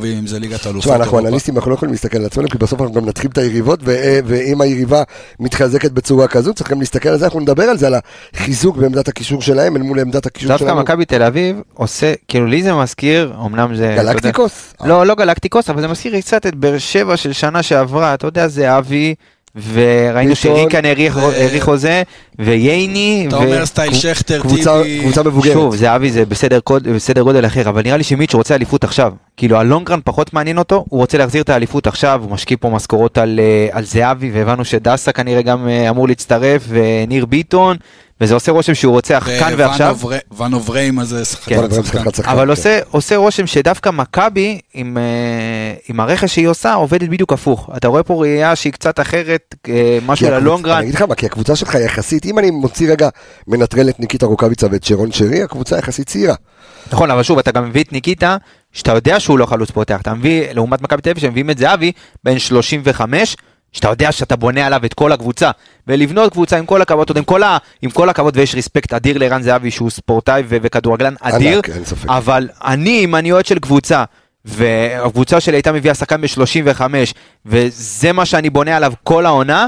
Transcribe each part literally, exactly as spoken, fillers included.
טובים, אם זה ליגת אלופות. תשמע, אנחנו אנליסטים, אנחנו לא יכולים להסתכל על עצמנו, כי בסוף אנחנו גם נתחיל את היריבות, ואם היריבה מתחזקת בצורה כזו, צריך גם להסתכל על זה, אנחנו נדבר על זה, על החיזוק בעמדת הקישור שלהם, אל מול עמדת הקישור שלהם. דווקא מכבי תל אביב עושה, כאילו לי זה מזכיר, אמנם זה... גלקטיקוס? לא, לא גלקטיקוס, אבל זה מזכיר קצת את באר שבע של שנה שעברה, אתה יודע, זה אבי, וראינו שריקן העריך חוזה, וייני, אתה אומר סטייל שכטר, טיבי, קבוצה מבוגרת. שוב, זה אבי, זה בסדר גודל אחר, אבל נראה לי שמיץ' רוצה אליפות עכשיו, כאילו הלונגרן פחות מעניין אותו, הוא רוצה להחזיר את האליפות עכשיו, הוא משקיע פה משכורות על זהבי, והבנו שדסה כנראה גם אמור להצטרף, וניר ביטון, וזה עושה רושם שהוא רוצה כאן ועכשיו. ואן אובריים הזה, אבל עושה רושם שדווקא מכבי, עם הרכש שהיא עושה, עובדת בדיוק הפוך. אתה רואה פה ראייה שהיא קצת אחרת, משהו על הלונגרן. אני אגיד לך מה, כי הקבוצה שלך יחסית, אם אני מוציא רגע, מנטרל את ניקיטה רוקביצה ואת שרון שרי, הקבוצה יחסית צעירה. נכון, אבל שוב, אתה גם מביא את ניקיטה, שאתה יודע שהוא לא חלוץ פותח, אתה מביא, לעומת מכבי תל אביב, שמביאים את זהבי, בין שלושים וחמש, שאתה יודע שאתה בונה עליו את כל הקבוצה, ולבנות קבוצה עם כל הכבוד, עם כל, ה, עם כל הכבוד, ויש ריספקט אדיר לערן זהבי, שהוא ספורטאי ו- וכדורגלן אדיר, אבל אני, אם אני אוהד של קבוצה, והקבוצה שלי הייתה מביאה שחקן ב-שלושים וחמש, וזה מה שאני בונה עליו כל העונה,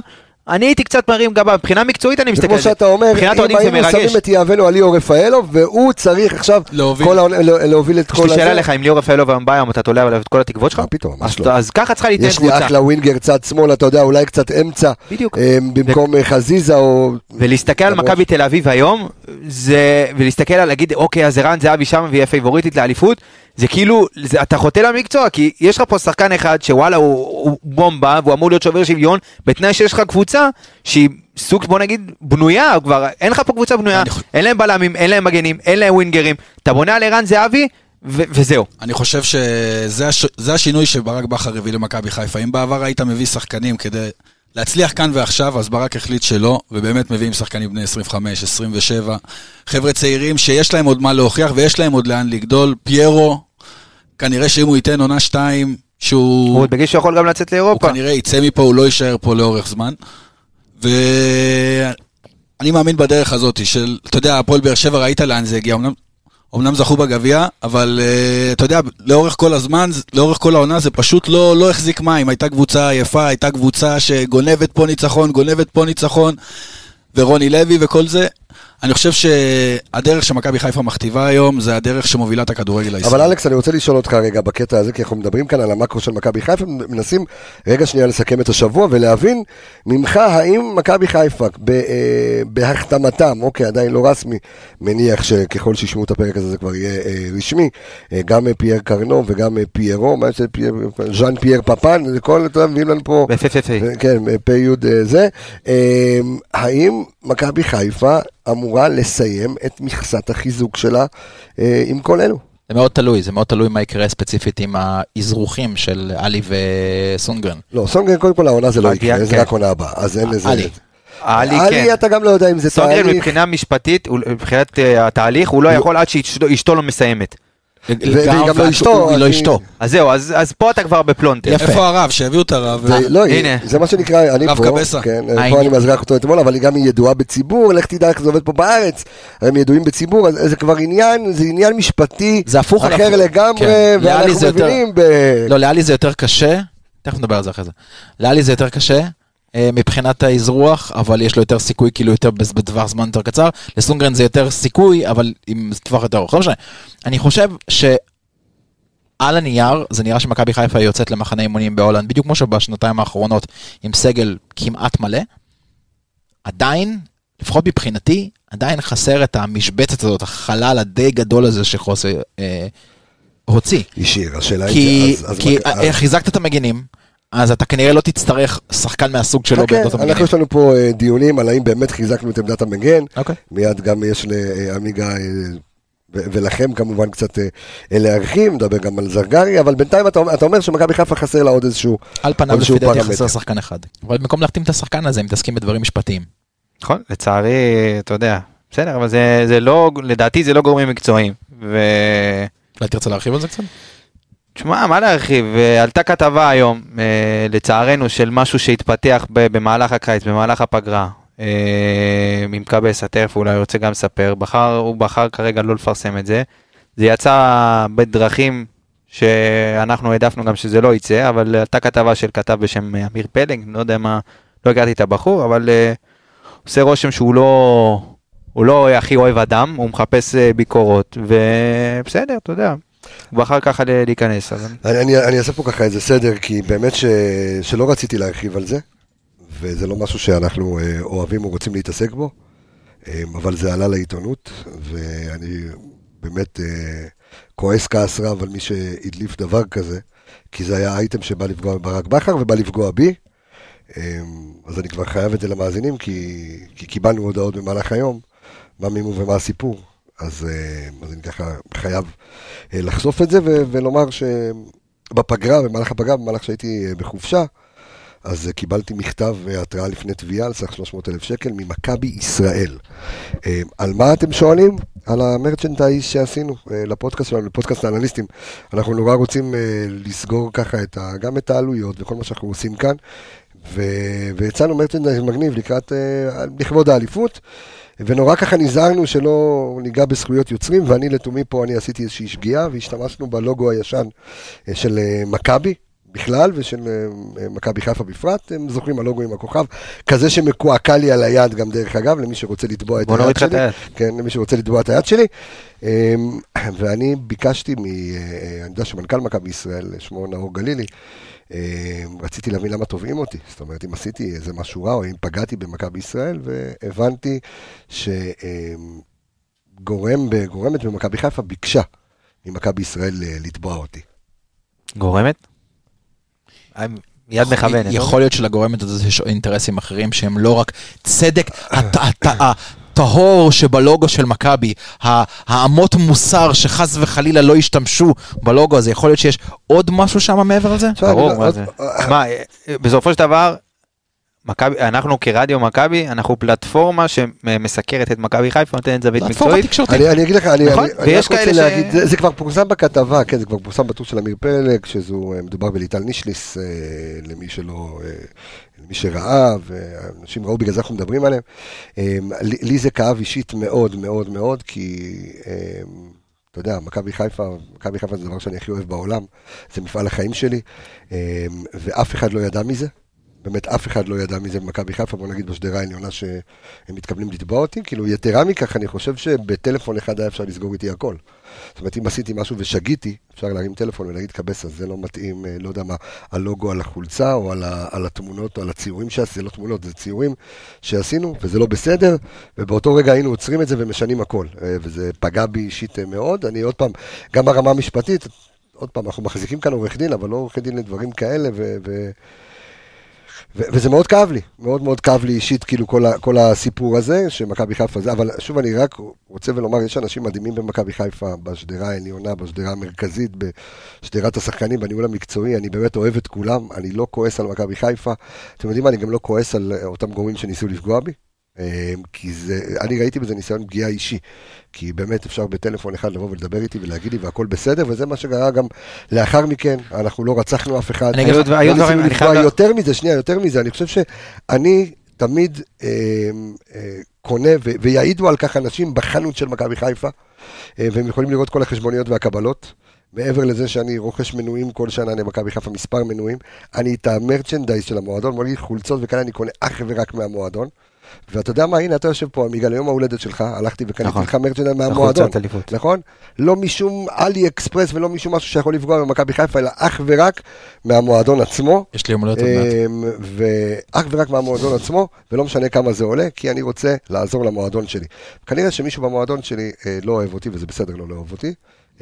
אני הייתי קצת מרים גבה, מבחינה מקצועית אני מסתכל על זה. כמו שאתה אומר, אם היינו שמים את יאבנו על ליאור רפאלוב, והוא צריך עכשיו להוביל את כל הזה. יש לי שאלה לך, אם ליאור רפאלוב היום בא היום, אתה תולה עליו את כל התקוות שלך? מה פתאום, ממש לא. אז ככה צריכה להתנהל קבוצה. יש לי אחלה ווינגר צד שמאל, אתה יודע, אולי קצת אמצע, במקום חזיזה או... ולהסתכל על מכבי תל אביב היום, ולהסתכל על להגיד, אוקיי, אז ערן זהבי שם ויהיה פייבוריטית לאליפות, זה כאילו, זה, אתה חוטא למקצוע, כי יש לך פה שחקן אחד שוואלה הוא, הוא בומבה, והוא אמור להיות שובר שוויון, בתנאי שיש לך קבוצה שהיא סוג, בוא נגיד, בנויה, כבר אין לך פה קבוצה בנויה, אין להם בלמים, אין להם מגנים, אין להם ווינגרים, אתה בונה על ערן זהבי, ו- וזהו. אני חושב שזה הש- זה השינוי שברק בכר הביא למכבי חיפה. אם בעבר היית מביא שחקנים כדי להצליח כאן ועכשיו, אז ברק החליט שלא, ובאמת מביאים שחקנים בני עשרים וחמש, עשרים ושבע, חבר'ה צעירים שיש להם עוד מה להוכיח, ויש להם עוד לאן לגדול. פיירו, כנראה שאם הוא ייתן עונה שתיים, שהוא... הוא עוד בגיל שיכול גם לצאת לאירופה. הוא כנראה יצא מפה, הוא לא יישאר פה לאורך זמן. ואני מאמין בדרך הזאת של, אתה יודע, הפועל באר שבע, ראית לאן זה הגיע, אמנם, אמנם זכו בגביע, אבל אתה יודע, לאורך כל הזמן, לאורך כל העונה, זה פשוט לא, לא החזיק מים. הייתה קבוצה יפה, הייתה קבוצה שגונבת פה ניצחון, גונבת פה ניצחון, ורוני לוי וכל זה. אני חושב שהדרך שמכבי חיפה מכתיבה היום, זה הדרך שמובילה את הכדורגל הישראלי. אבל אלכס, אני רוצה לשאול אותך רגע בקטע הזה, כי אנחנו מדברים כאן על המקרו של מכבי חיפה, מנסים רגע שנייה לסכם את השבוע, ולהבין ממך, האם מכבי חיפה, בהחתמתם, אוקיי, עדיין לא רסמי, מניח שככל שישמעו את הפרק הזה, זה כבר יהיה רשמי, גם פייר קרנו וגם פיירו, מה זה ז'אן פייר פפן, זה כל, אתה מביאים לנו פה, כן, פי יוד זה, האם מכבי חיפה אמורה לסיים את מכסת החיזוק שלה אה, עם כל אלו. זה מאוד תלוי, זה מאוד תלוי מה יקרה ספציפית עם האזרוחים של אלי וסונגרן. לא, סונגרן קודם כל העונה זה לא יקרה, כן. זה רק עונה הבאה, אז אין לזה... אלי. אלי, אלי כן. אתה גם לא יודע אם זה סונגרן תהליך. מבחינה משפטית, מבחינת התהליך, הוא לא יכול עד שאשתו לא מסיימת. והיא גם לא אשתו. היא לא אשתו. אז זהו, אז פה אתה כבר בפלונטר. איפה הרב? שהביאו את הרב. לא, זה מה שנקרא, אני פה, פה אני מזרח אותו אתמול, אבל היא גם ידועה בציבור, לך תדע איך זה עובד פה בארץ, הם ידועים בציבור, אז זה כבר עניין, זה עניין משפטי אחר לגמרי, ואנחנו מבינים ב... לא, לאלי זה יותר קשה, תכף נדבר על זה אחרי זה, לאלי זה יותר קשה, מבחינת האזרוח, אבל יש לו יותר סיכוי, כאילו יותר בדבר זמן יותר קצר, לסונגרן זה יותר סיכוי, אבל עם טווח יותר ארוך. לא משנה. אני חושב שעל הנייר, זה נראה שמכבי חיפה יוצאת למחנה אימונים בהולנד, בדיוק כמו שבשנתיים האחרונות, עם סגל כמעט מלא, עדיין, לפחות מבחינתי, עדיין חסר את המשבצת הזאת, החלל הדי גדול הזה שחוסה אה, הוציא. ישיר, השאלה היא... כי חיזקת את המגינים, אז אתה כנראה לא תצטרך שחקן מהסוג שלו בעמדות המגנים. אנחנו יש לנו פה דיונים על האם באמת חיזקנו את עמדת המגן, מיד גם יש לעמיגה ולכם כמובן קצת להרחיב, נדבר גם על זרגרי, אבל בינתיים אתה אומר שמכבי חיפה חסר לה עוד איזשהו פרמטר. על פניו לפי דעתי חסר שחקן אחד, אבל במקום להחתים את השחקן הזה, הם מתעסקים בדברים משפטיים. נכון, לצערי, אתה יודע, בסדר, אבל זה לא, לדעתי זה לא גורמים מקצועיים. אולי תרצה להרחיב על זה קצת? תשמע, מה להרחיב? עלתה כתבה היום, לצערנו, של משהו שהתפתח במהלך הקיץ, במהלך הפגרה, ממקבס, הטרף, אולי רוצה גם לספר, הוא בחר כרגע לא לפרסם את זה, זה יצא בדרכים שאנחנו העדפנו גם שזה לא יצא, אבל עלתה כתבה של כתב בשם אמיר פלג, לא יודע מה, לא הכרתי את הבחור, אבל עושה רושם שהוא לא, הוא לא הכי אוהב אדם, הוא מחפש ביקורות, ובסדר, אתה יודע. הוא בחר ככה להיכנס. אני, אני, אני אעשה פה ככה איזה סדר, כי באמת ש, שלא רציתי להרחיב על זה, וזה לא משהו שאנחנו אוהבים או רוצים להתעסק בו, אבל זה עלה לעיתונות, ואני באמת כועס כעס רב על מי שהדליף דבר כזה, כי זה היה אייטם שבא לפגוע ברק בכר ובא לפגוע בי, אז אני כבר חייב את זה למאזינים, כי, כי קיבלנו הודעות במהלך היום, מה מימו ומה הסיפור. אז, אז אני ככה חייב לחשוף את זה ולומר שבפגרה, במהלך הפגרה, במהלך שהייתי בחופשה, אז קיבלתי מכתב התראה לפני תביעה על סך שלוש מאות אלף שקל ממכבי ישראל. על מה אתם שואלים? על המרצ'נדייז שעשינו לפודקאסט שלנו, לפודקאסט האנליסטים. אנחנו נורא רוצים לסגור ככה את ה, גם את העלויות וכל מה שאנחנו עושים כאן, ויצאנו מרצ'נדייז מגניב לקראת, לכבוד האליפות, ונורא ככה נזהרנו שלא ניגע בזכויות יוצרים, ואני לתומי פה, אני עשיתי איזושהי שגיאה, והשתמשנו בלוגו הישן של מכבי, בכלל, ושל מכבי חיפה בפרט, הם זוכרים הלוגו עם הכוכב, כזה שמקועקע לי על היד גם דרך אגב, למי שרוצה לתבוע את היד שלי. כן, למי שרוצה לתבוע את היד שלי. ואני ביקשתי, אני יודע שמנכ"ל מכבי ישראל, שמו נאור גלילי, רציתי להבין למה תובעים אותי, זאת אומרת, אם עשיתי איזה משהו רע, או אם פגעתי במכבי ישראל, והבנתי שגורמת במכבי חיפה ביקשה ממכבי ישראל לתבוע אותי. גורמת? יד מכוונת. יכול להיות שלגורמת הזאת יש אינטרסים אחרים שהם לא רק צדק הטהור שבלוגו של מכבי, האמות מוסר שחס וחלילה לא ישתמשו בלוגו הזה, יכול להיות שיש עוד משהו שם מעבר לזה? ברור, מה זה? מה, בסופו של דבר, אנחנו כרדיו מכבי, אנחנו פלטפורמה שמסקרת את מכבי חיפה, נותנת זווית מקצועית. אני אגיד לך, אני רק רוצה להגיד, זה כבר פורסם בכתבה, כן, זה כבר פורסם בטור של אמיר פלג, שזו מדובר בליטל נישליס, למי שלא, למי שראה, ואנשים ראו, בגלל זה אנחנו מדברים עליהם. לי זה כאב אישית מאוד מאוד מאוד, כי אתה יודע, מכבי חיפה, מכבי חיפה זה דבר שאני הכי אוהב בעולם, זה מפעל החיים שלי, ואף אחד לא ידע מזה. באמת אף אחד לא ידע מזה במכבי חיפה, בוא נגיד בשדרה העליונה שהם מתכוונים לתבוע אותי, כאילו יתרה מכך, אני חושב שבטלפון אחד היה אפשר לסגור איתי הכל. זאת אומרת, אם עשיתי משהו ושגיתי, אפשר להרים טלפון ולהגיד קבס, אז זה לא מתאים, לא יודע מה, הלוגו על החולצה, או על, ה, על התמונות, או על הציורים שעשינו, זה לא תמונות, זה ציורים שעשינו, וזה לא בסדר, ובאותו רגע היינו עוצרים את זה ומשנים הכל, וזה פגע בי אישית מאוד. אני עוד פעם, גם ברמה המשפטית, עוד פעם, אנחנו מחזיקים כאן עורך דין, אבל לא עורך דין לדברים כאלה, ו... ו וזה מאוד כאב לי, מאוד מאוד כאב לי אישית, כאילו כל, ה, כל הסיפור הזה, שמכבי חיפה זה, אבל שוב אני רק רוצה ולומר, יש אנשים מדהימים במכבי חיפה, בשדרה העליונה, בשדרה המרכזית, בשדרת השחקנים, בניהול המקצועי, אני באמת אוהב את כולם, אני לא כועס על מכבי חיפה, אתם יודעים מה, אני גם לא כועס על אותם גורמים שניסו לפגוע בי, כי זה, אני ראיתי בזה ניסיון פגיעה אישי, כי באמת אפשר בטלפון אחד לבוא ולדבר איתי ולהגיד לי והכל בסדר, וזה מה שקרה גם לאחר מכן, אנחנו לא רצחנו אף אחד, אני חייב יותר מזה, שנייה, יותר מזה, אני חושב שאני תמיד אה, אה, קונה, ו- ויעידו על כך אנשים בחנות של מכבי חיפה, אה, והם יכולים לראות כל החשבוניות והקבלות, מעבר לזה שאני רוכש מנויים כל שנה למכבי חיפה, מספר מנויים, אני את המרצ'נדייז של המועדון, מולי חולצות וכאלה אני קונה אך ורק מהמועדון, ואתה יודע מה, הנה אתה יושב פה, מיגל, היום ההולדת שלך, הלכתי וקניתי לך מרצ'נדייז מהמועדון, נכון? לא משום אלי אקספרס ולא משום משהו שיכול לפגוע במכבי חיפה, אלא אך ורק מהמועדון עצמו. יש לי יום הולדת עוד מעט. ואך ורק מהמועדון עצמו, ולא משנה כמה זה עולה, כי אני רוצה לעזור למועדון שלי. כנראה שמישהו במועדון שלי לא אוהב אותי, וזה בסדר לא לאהוב אותי,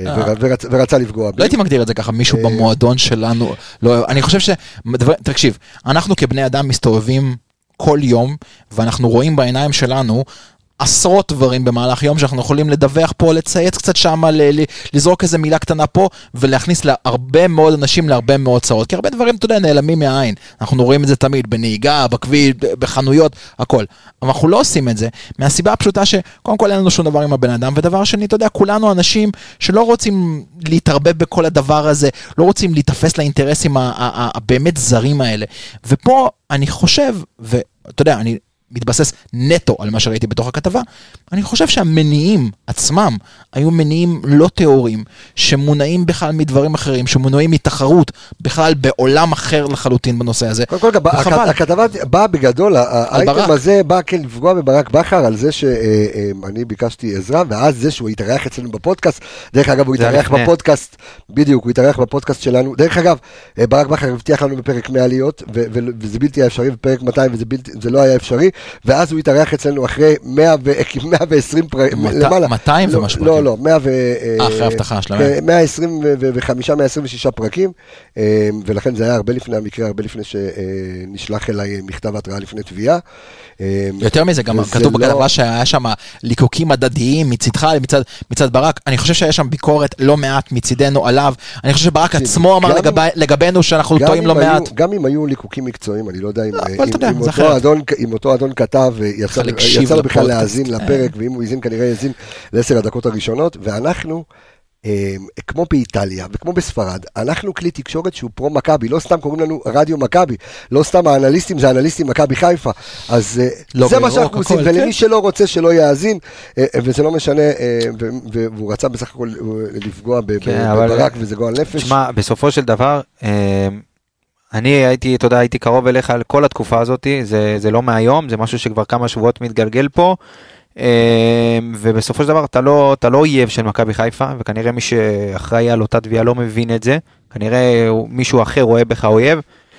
ורצה לפגוע בי. לא הייתי מגדיר את זה ככה, מישהו במועדון שלנו, אני חושב ש... תקשיב, אנחנו כבני אדם מסתובבים כל יום, ואנחנו רואים בעיניים שלנו עשרות דברים במהלך יום שאנחנו יכולים לדווח פה, לצייץ קצת שם, לזרוק איזה מילה קטנה פה, ולהכניס להרבה מאוד אנשים להרבה מאוד צרות, כי הרבה דברים, אתה יודע, נעלמים מהעין. אנחנו רואים את זה תמיד, בנהיגה, בכביש, בחנויות, הכל. אבל אנחנו לא עושים את זה, מהסיבה הפשוטה שקודם כל אין לנו שום דבר עם הבן אדם, ודבר שני, אתה יודע, כולנו אנשים שלא רוצים להתערבב בכל הדבר הזה, לא רוצים להתאפס לאינטרסים הבאמת זרים האלה. ופה אני חושב, ואתה יודע, אני מתבסס נטו על מה שראיתי בתוך הכתבה, אני חושב שהמניעים עצמם היו מניעים לא תיאוריים, שמונעים בכלל מדברים אחרים, שמונעים מתחרות בכלל בעולם אחר לחלוטין בנושא הזה. קודם כל, הכתבה באה בגדול, האייטם הזה בא כן לפגוע בברק בכר, על זה שאני ביקשתי עזרה, ואז זה שהוא התארח אצלנו בפודקאסט, דרך אגב הוא התארח בפודקאסט, בדיוק, הוא התארח בפודקאסט שלנו, דרך אגב, ברק בכר הבטיח לנו בפרק מאה עליות, וזה בלתי היה אפשרי, בפרק מאתיים וזה לא היה אפשרי, ואז הוא התארח אצלנו אחרי מאה ועשרים פרקים, למעלה. מאתיים ומשהו פרקים. לא, לא, מאה ו... אחרי הבטחה שלהם. מאה עשרים וחמש, מאה עשרים ושש פרקים, ולכן זה היה הרבה לפני המקרה, הרבה לפני שנשלח אליי מכתב התראה לפני תביעה. יותר מזה, גם כתוב בכתבה שהיה שם ליקוקים הדדיים מצדך, מצד ברק, אני חושב שהיה שם ביקורת לא מעט מצידנו עליו, אני חושב שברק עצמו אמר לגבינו שאנחנו טועים לא מעט. גם אם היו ליקוקים מקצועיים, אני לא יודע אם אותו אדון כתב, יצא לו בכלל להאזין לפרק, ואם הוא יזין כנראה יזין לעשר הדקות הראשונות, ואנחנו, כמו באיטליה וכמו בספרד, אנחנו כלי תקשורת שהוא פרו מכבי, לא סתם קוראים לנו רדיו מכבי, לא סתם האנליסטים זה אנליסטים מכבי חיפה, אז זה מה שאנחנו עושים, ולמי שלא רוצה שלא יאזין, וזה לא משנה, והוא רצה בסך הכל לפגוע בברק וזה גועל נפש. תשמע, בסופו של דבר, אני הייתי, אתה יודע, הייתי קרוב אליך על כל התקופה הזאת, זה, זה לא מהיום, זה משהו שכבר כמה שבועות מתגלגל פה, ובסופו של דבר אתה לא, אתה לא אויב של מכבי חיפה, וכנראה מי שאחראי על אותה תביעה לא מבין את זה, כנראה מישהו אחר רואה בך אויב,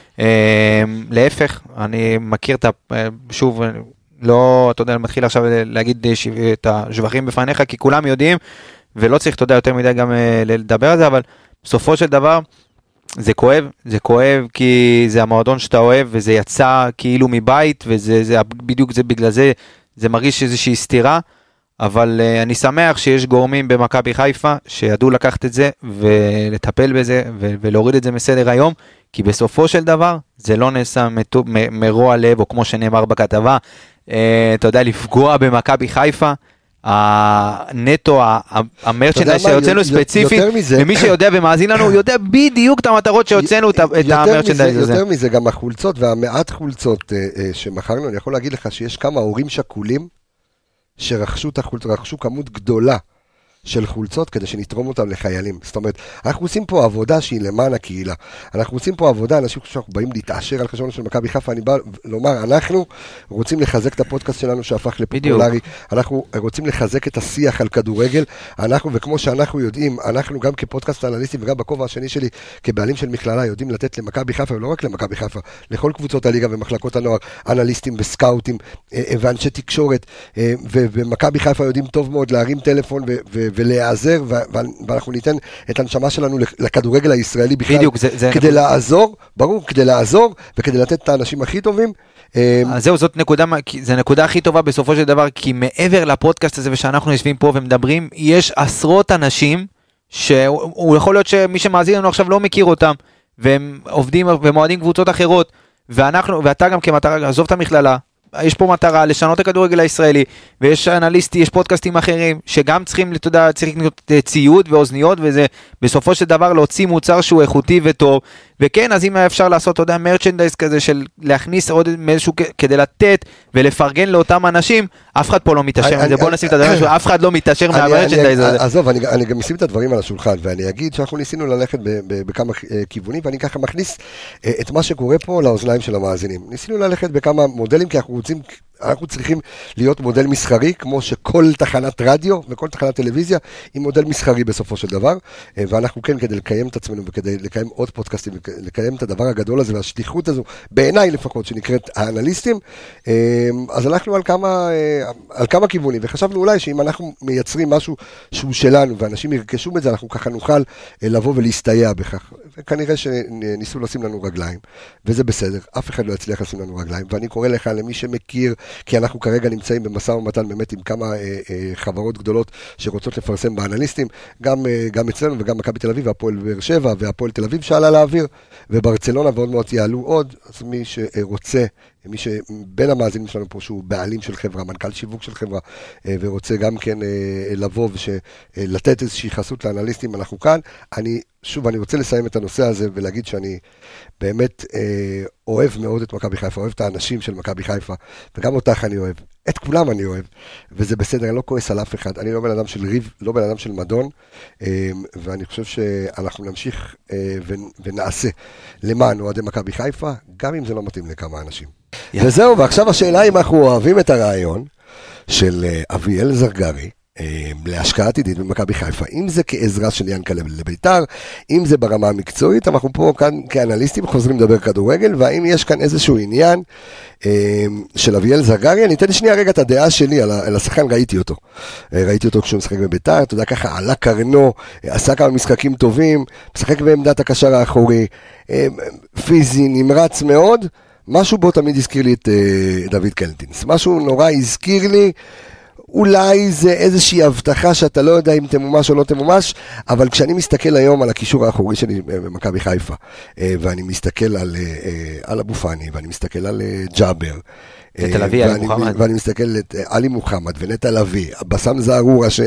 להפך, אני מכיר את ה... שוב, לא, אתה יודע, מתחיל עכשיו להגיד את השבחים בפניך, כי כולם יודעים, ולא צריך, אתה יודע, יותר מדי גם לדבר על זה, אבל בסופו של דבר, זה כואב, זה כואב כי זה המועדון שאתה אוהב, וזה יצא כאילו מבית, וזה זה, בדיוק זה בגלל זה, זה מרגיש איזושהי סתירה, אבל uh, אני שמח שיש גורמים במכבי חיפה, שידעו לקחת את זה, ולטפל בזה, ו- ולהוריד את זה מסדר היום, כי בסופו של דבר, זה לא נעשה מטו, מ- מרוע לב, או כמו שנאמר בכתבה, uh, אתה יודע, לפגוע במכבי חיפה, הנטו, המרצ'נדייז שיוצאנו ספציפית, ומי שיודע ומאזין לנו, הוא יודע בדיוק את המטרות שיוצאנו את המרצ'נדייז הזה. יותר מזה, גם החולצות והמעט חולצות שמכרנו, אני יכול להגיד לך שיש כמה הורים שכולים, שרכשו את החולצות, רכשו כמות גדולה של חולצות כדי שנתרום אותם לחיילים. זאת אומרת, אנחנו עושים פה עבודה שהיא למען הקהילה. אנחנו עושים פה עבודה, אנשים שאנחנו באים להתעשר על חשבון של מכבי חיפה, אני בא לומר, אנחנו רוצים לחזק את הפודקאסט שלנו שהפך לפופולרי, אנחנו רוצים לחזק את השיח על כדורגל, אנחנו, וכמו שאנחנו יודעים, אנחנו גם כפודקאסט אנליסטים וגם בכובע השני שלי, כבעלים של מכללה, יודעים לתת למכבי חיפה, ולא רק למכבי חיפה, לכל קבוצות הליגה ומחלקות הנוער, אנליסטים וסקאוטים ואנשי תקשורת, ומכבי חיפה יודעים טוב מאוד להרים טלפון ו ולהיעזר, ואנחנו ניתן את הנשמה שלנו לכדורגל הישראלי בכלל, בדיוק, זה, זה כדי נקודה. לעזור, ברור, כדי לעזור, וכדי לתת את האנשים הכי טובים. אז זהו, זאת נקודה, זה נקודה הכי טובה בסופו של דבר, כי מעבר לפודקאסט הזה, ושאנחנו יושבים פה ומדברים, יש עשרות אנשים, שהוא יכול להיות שמי שמאזין לנו עכשיו לא מכיר אותם, והם עובדים ומועדים קבוצות אחרות, ואנחנו, ואתה גם כמטרה, עזוב את המכללה, יש פה מטרה לשנות את הכדורגל הישראלי, ויש אנליסטי, יש פודקאסטים אחרים, שגם צריכים, אתה יודע, צריך לקנות ציוד ואוזניות, וזה בסופו של דבר להוציא מוצר שהוא איכותי וטוב, וכן, אז אם אפשר לעשות, אתה יודע, מרצ'נדייז כזה, של להכניס עוד מאיזשהו, כדי לתת ולפרגן לאותם אנשים, אף אחד פה לא מתאשר מזה, בוא נשים את הדבר, אף אחד לא מתאשר מהמרצ'נדייז הזה. עזוב, אני גם אשים את הדברים על השולחן, ואני אגיד שאנחנו ניסינו ללכת בכמה כיוונים, ואני ככה מכניס את מה שקורה פה לאוזניים של המאזינים. ניסינו ללכת בכמה מודלים, כי אנחנו רוצים, אנחנו צריכים להיות מודל מסחרי, כמו שכל תחנת רדיו וכל תחנת טלוויזיה היא מודל מסחרי בסופו של דבר, ואנחנו כן, כדי לקיים את עצמנו וכדי לקיים עוד פודקאסטים, לקיים את הדבר הגדול הזה והשליחות הזו, בעיניי לפחות, שנקראת האנליסטים, אז הלכנו על כמה, על כמה כיוונים, וחשבנו אולי שאם אנחנו מייצרים משהו שהוא שלנו, ואנשים ירכשו את זה, אנחנו ככה נוכל לבוא ולהסתייע בכך. וכנראה שניסו לשים לנו רגליים, וזה בסדר, אף אחד לא יצליח לשים לנו רגליים, ואני קורא לך למי שמכיר, כי אנחנו כרגע נמצאים במשא ומתן באמת עם כמה אה, אה, חברות גדולות שרוצות לפרסם באנליסטים, גם, אה, גם אצלנו וגם מכבי תל אביב, והפועל באר שבע והפועל תל אביב שעלה לאוויר, וברצלונה ועוד מאוד יעלו עוד, אז מי שרוצה, מי שבין המאזינים שלנו פה שהוא בעלים של חברה, מנכ"ל שיווק של חברה, אה, ורוצה גם כן אה, לבוא ולתת איזושהי חסות לאנליסטים, אנחנו כאן. אני, שוב, אני רוצה לסיים את הנושא הזה ולהגיד שאני באמת אה, אוהב מאוד את מכבי חיפה, אוהב את האנשים של מכבי חיפה, וגם אותך אני אוהב, את כולם אני אוהב, וזה בסדר, אני לא כועס על אף אחד, אני לא בן אדם של ריב, לא בן אדם של מדון, אה, ואני חושב שאנחנו נמשיך אה, ונעשה למען אוהדי מכבי חיפה, גם אם זה לא מתאים לכמה אנשים. Yeah. וזהו, ועכשיו השאלה אם אנחנו אוהבים את הרעיון של uh, אביאל זרגרי, uh, להשקעה עתידית במכבי חיפה, אם זה כעזרה של ינקלה לביתר, אם זה ברמה המקצועית, אנחנו פה כאן כאנליסטים חוזרים לדבר כדורגל, והאם יש כאן איזשהו עניין uh, של אביאל זרגרי, אני אתן שנייה רגע את הדעה שלי על, על השחקן, ראיתי אותו, uh, ראיתי אותו כשהוא משחק בביתר, אתה יודע ככה, עלה קרנו, uh, עשה כמה משחקים טובים, משחק בעמדת הקשר האחורי, uh, פיזי, נמרץ מאוד, משהו בו תמיד הזכיר לי את uh, דוד קלטינס, משהו נורא הזכיר לי, אולי זה איזושהי הבטחה שאתה לא יודע אם תמומש או לא תמומש, אבל כשאני מסתכל היום על הקישור האחורי שלי במכבי חיפה, uh, ואני מסתכל על, uh, על אבו פאני, ואני מסתכל על uh, ג'אבר, uh, ואני, ואני מסתכל על uh, עלי מוחמד ונטע לביא, בסם זערורה ש...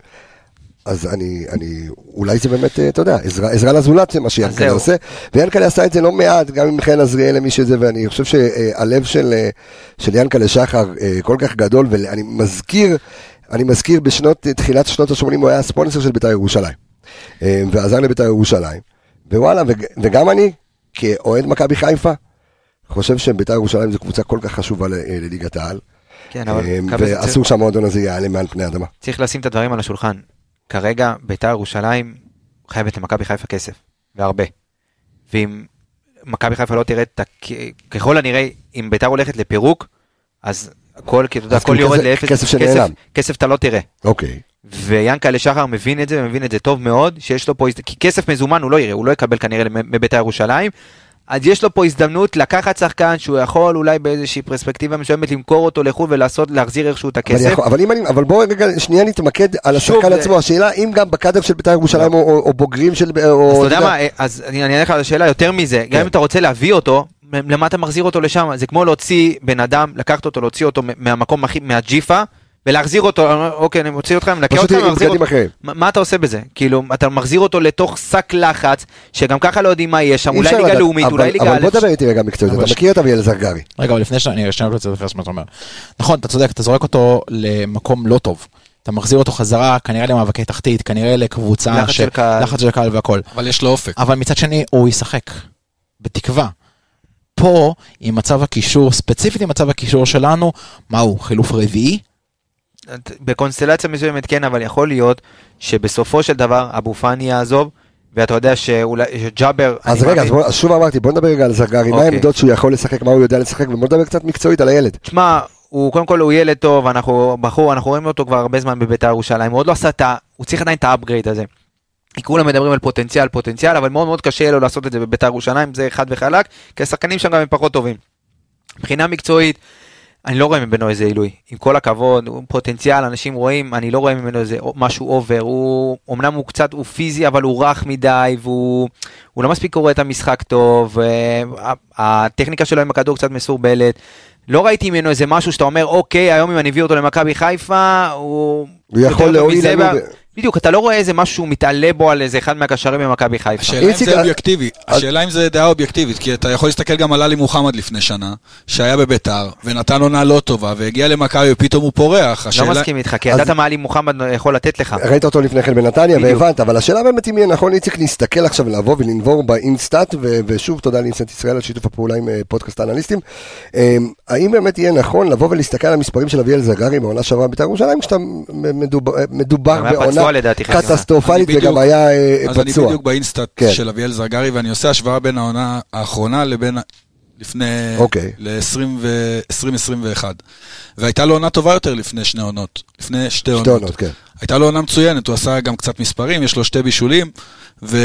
אז אני, אני, אולי זה באמת, אתה יודע, עזרה, עזרה לזולת זה מה שיאנקלה עושה, ויאנקלה עשה את זה לא מעט, גם עם חן עזריאל למי שזה, ואני חושב שהלב של, של יאנקלה שחר כל כך גדול, ואני מזכיר, אני מזכיר בשנות, תחילת שנות ה-שמונים, הוא היה הספונסר של בית"ר ירושלים, ועזר לבית"ר ירושלים, ווואלה, וגם אני, כאוהד מכבי חיפה, חושב שבית"ר ירושלים זו קבוצה כל כך חשובה לליגת העל, כן, אבל ואסור שהמועדון הזה יעלה מעל פני האדמה. צריך לשים את הדברים על השולחן. כרגע בית"ר ירושלים חייבת למכבי חיפה כסף, והרבה. ואם מכבי חיפה לא תראה, ככל הנראה, אם בית"ר הולכת לפירוק, אז הכל, כי אתה יודע, הכל יורד לאפס. כסף שנעלם. כסף אתה לא תראה. אוקיי. ויאנקל'ה שחר מבין את זה, ומבין את זה טוב מאוד, שיש לו פה, כי כסף מזומן הוא לא יראה, הוא לא יקבל כנראה מבית"ר ירושלים, אז יש לו פה הזדמנות לקחת שחקן שהוא יכול אולי באיזושהי פרספקטיבה מסוימת למכור אותו לחו"ל ולעשות, להחזיר איכשהו את הכסף. אבל, אבל, אני, אבל בואו רגע שנייה נתמקד על השחקן זה... עצמו, השאלה אם גם בקאדר של בית"ר ירושלים או, או, או בוגרים של... או, אז אתה יודע מה, אז אני אענה לך על השאלה יותר מזה, כן. גם אם אתה רוצה להביא אותו, למה אתה מחזיר אותו לשם? זה כמו להוציא בן אדם, לקחת אותו, להוציא אותו מהמקום, מהג'יפה, ולהחזיר אותו, אוקיי, אני מוציא אותך, מנקה אותך, מחזיר אותו. מה אתה עושה בזה? כאילו, אתה מחזיר אותו לתוך שק לחץ, שגם ככה לא יודעים מה יש שם, אולי ליגה לאומית, אולי ליגה... אבל בוא דבר איתי רגע מקצועית, אתה מכיר את אביאל זרגרי. רגע, אבל לפני שאני אשנה לו את זה, נכון, אתה צודק, אתה זורק אותו למקום לא טוב. אתה מחזיר אותו חזרה, כנראה למאבקי תחתית, כנראה לקבוצה... לחץ של קהל. לחץ של קהל והכל. אבל יש לו אופק. אבל מצד שני, הוא ישחק. בתקווה. פה, עם מצב הקישור, ספציפית עם מצב הקישור שלנו, מהו? חילוף רביעי? בקונסטלציה מסוימת כן, אבל יכול להיות שבסופו של דבר אבו פאני יעזוב, ואתה יודע שאולי ג'אבר... אז רגע, אז בוא, שוב אמרתי, בוא נדבר רגע על זרגרי, מה העמדות שהוא יכול לשחק, מה הוא יודע לשחק, ובוא נדבר קצת מקצועית על הילד. תשמע, הוא קודם כל הוא ילד טוב, אנחנו בחור, אנחנו רואים אותו כבר הרבה זמן בבית"ר ירושלים, הוא עוד לא עשה את ה... הוא צריך עדיין את האפגרייד הזה. כולם מדברים על פוטנציאל, פוטנציאל, אבל מאוד מאוד קשה לו לעשות את זה בבית"ר ירושלים, זה אחד וחלק, כי השחקנים שם גם הם פחות טובים. מבחינה מקצועית, אני לא רואה ממנו איזה עילוי, עם כל הכבוד, הוא פוטנציאל, אנשים רואים, אני לא רואה ממנו איזה משהו אובר, הוא, אמנם הוא קצת, הוא פיזי, אבל הוא רך מדי, והוא הוא לא מספיק קורא את המשחק טוב, הטכניקה שלו עם הכדור קצת מסורבלת, לא ראיתי ממנו איזה משהו שאתה אומר, אוקיי, היום אם אני אביא אותו למכבי חיפה, הוא... הוא יכול להועיל לנו... בדיוק, אתה לא רואה איזה משהו מתעלה בו על איזה אחד מהקשרים במכבי חיפה. השאלה אם זה אובייקטיבי, השאלה אם זה דעה אובייקטיבית, כי אתה יכול להסתכל גם על עלי מוחמד לפני שנה, שהיה בביתר, ונתן עונה לא טובה, והגיע למכבי ופתאום הוא פורח. לא מסכים איתך, כי ידעת מה עלי מוחמד יכול לתת לך. ראית אותו לפני כן בנתניה והבנת, אבל השאלה באמת אם יהיה נכון, איציק להסתכל עכשיו, לבוא ולנבור באינסטאט, ושוב תודה לאינסטאט ישראל על שיתוף הפעולה עם פודקאסט האנליסטים. האם באמת יהיה נכון לבוא ולהסתכל על המספרים של אביאל זרגרי בעונה שעברה בית"ר ירושלים, כשאתה מדובר בעונה קטסטרופלית וגם היה פצוע. אז אני בדיוק באינסטאט של אביאל זרגרי, ואני עושה השוואה בין העונה האחרונה לבין לפני ל-עשרים עשרים ואחת. והייתה לו עונה טובה יותר לפני שני עונות, לפני שתי עונות. הייתה לו עונה מצוינת, הוא עשה גם קצת מספרים, יש לו שתי בישולים, ו...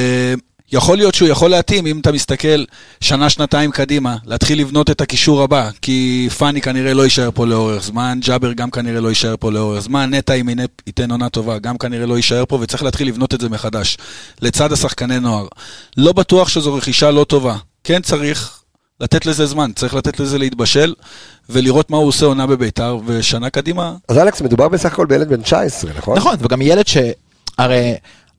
יכול להיות שהוא יכול להתאים, אם אתה מסתכל שנה, שנתיים קדימה, להתחיל לבנות את הקישור הבא, כי פאני כנראה לא יישאר פה לאורך זמן, ג'אבר גם כנראה לא יישאר פה לאורך זמן, נטע אם ייתן עונה טובה, גם כנראה לא יישאר פה, וצריך להתחיל לבנות את זה מחדש, לצד השחקני נוער. לא בטוח שזו רכישה לא טובה, כן צריך לתת לזה זמן, צריך לתת לזה להתבשל, ולראות מה הוא עושה עונה בביתר, ושנה קדימה. אז אלכס, מדובר בסך הכל בילד בן תשע עשרה, נכון? נכון, וגם ילד שהרי...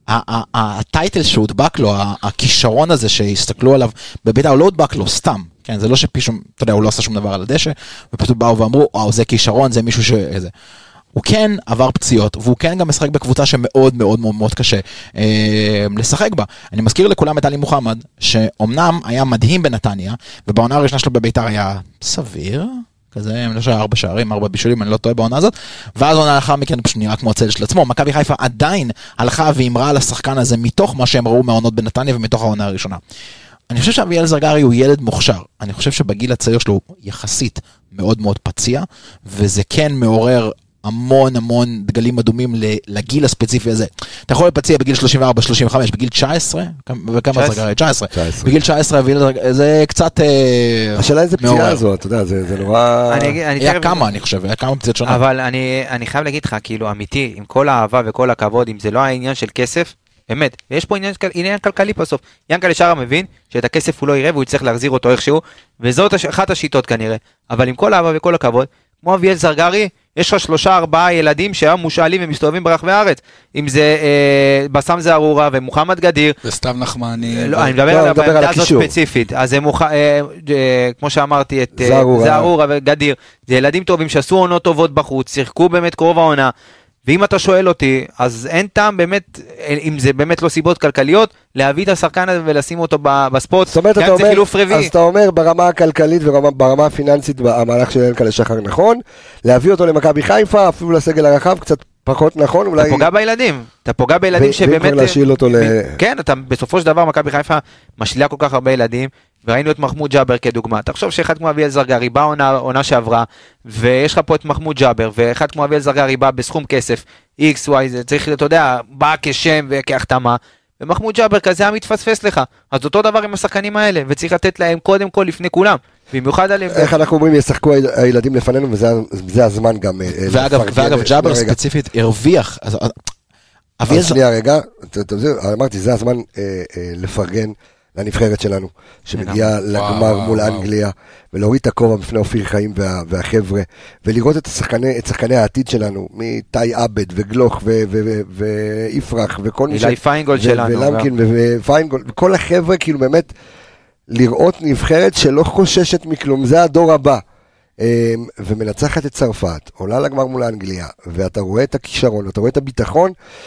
הטייטל שהודבק לו, הכישרון הזה שהסתכלו עליו בבית"ר, הוא לא הודבק לו סתם, כן, זה לא שפישום, אתה יודע, הוא לא עשה שום דבר על הדשא, ופשוט באו ואמרו, וואו, זה כישרון, זה מישהו שזה. הוא כן עבר פציעות, והוא כן גם משחק בקבוצה שמאוד מאוד מאוד מאוד קשה אה, לשחק בה. אני מזכיר לכולם את עלי מוחמד, שאומנם היה מדהים בנתניה, ובעונה הראשונה שלו בבית"ר היה סביר, כזה, אני לא חושב, ארבע שערים, ארבע בישולים, אני לא טועה בעונה הזאת, ואז עונה לאחר מכן פשוט נראה כמו הצל של עצמו. מכבי חיפה עדיין הלכה ואמרה על השחקן הזה מתוך מה שהם ראו מהעונות בנתניה ומתוך העונה הראשונה. אני חושב שאביאל זרגרי הוא ילד מוכשר, אני חושב שבגיל הצעיר שלו הוא יחסית מאוד מאוד פציע, וזה כן מעורר המון המון דגלים אדומים לגיל הספציפי הזה. אתה יכול לפציע בגיל שלושים וארבע שלושים וחמש, בגיל תשע עשרה, וכמה זרגרי? תשע עשרה. בגיל תשע עשרה, זה קצת... השאלה איזה פציעה הזו, אתה יודע, זה נורא... היה כמה, אני חושב, היה כמה פציעות שונות. אבל אני חייב להגיד לך, כאילו, אמיתי, עם כל האהבה וכל הכבוד, אם זה לא העניין של כסף, באמת, יש פה עניין, עניין כלכלי בסוף. יאנקל'ה שחר מבין שאת הכסף הוא לא יראה, והוא יצטרך להחזיר אותו איכשהו, וזאת אחת השיטות כנראה. אבל עם כל האהבה וכל הכבוד, כמו אביאל זרגרי, יש לך שלושה ארבעה ילדים שהיום מושאלים ומסתובבים ברחבי הארץ. אם זה אה, בסם זערורה ומוחמד גדיר. וסתיו נחמני. לא, ו... אני מדבר לא, על העמדה הזאת ספציפית. אז זה מוח... אה, אה, כמו שאמרתי, את זערורה. זערורה וגדיר. זה ילדים טובים שעשו עונות טובות בחוץ, שיחקו באמת קרוב העונה. ואם אתה שואל אותי, אז אין טעם באמת, אם זה באמת לא סיבות כלכליות, להביא את השחקן הזה ולשים אותו בספורט, זאת אומרת, אתה אומר, אז אתה אומר ברמה הכלכלית וברמה הפיננסית, המהלך של ינקלה שחר נכון, להביא אותו למכבי חיפה, אפילו לסגל הרחב, קצת פחות נכון, אולי... אתה פוגע בילדים, אתה פוגע בילדים שבאמת... ואם כבר להשאיל אותו ל... כן, אתה בסופו של דבר, מכבי חיפה משלילה כל כך הרבה ילדים, וראינו את מחמוד ג'אבר כדוגמה. תחשוב שאחד כמו אביאל זרגרי בא עונה, עונה שעברה, ויש לך פה את מחמוד ג'אבר, ואחד כמו אביאל זרגרי בא בסכום כסף, X, Y, זה צריך, אתה יודע, בא כשם וכהחתמה, ומחמוד ג'אבר כזה המתפספס לך. אז אותו דבר עם השחקנים האלה, וצריך לתת להם קודם כל לפני כולם. במיוחד עליהם... איך אנחנו אומרים, ישחקו הילדים לפנינו, וזה הזמן גם... ואגב, ג'אבר ספציפית הרוויח. אז שנייה רגע, אמרתי, זה הזמן לפרגן לנבחרת שלנו, שמגיעה לגמר מול אנגליה, ולהוריד את הכובע בפני אופיר חיים והחבר'ה, ולראות את שחקני העתיד שלנו, מטי עבד וגלוך ויפרח, וכל מי ש... אילי פיינגולד שלנו. ולמקין ופיינגולד, וכל החבר'ה, כאילו באמת, לראות נבחרת שלא חוששת מכלום, זה הדור הבא. ומנצחת את צרפת, עולה לגמר מול האנגליה, ואתה רואה את הכישרון, אתה רואה את הביטחון,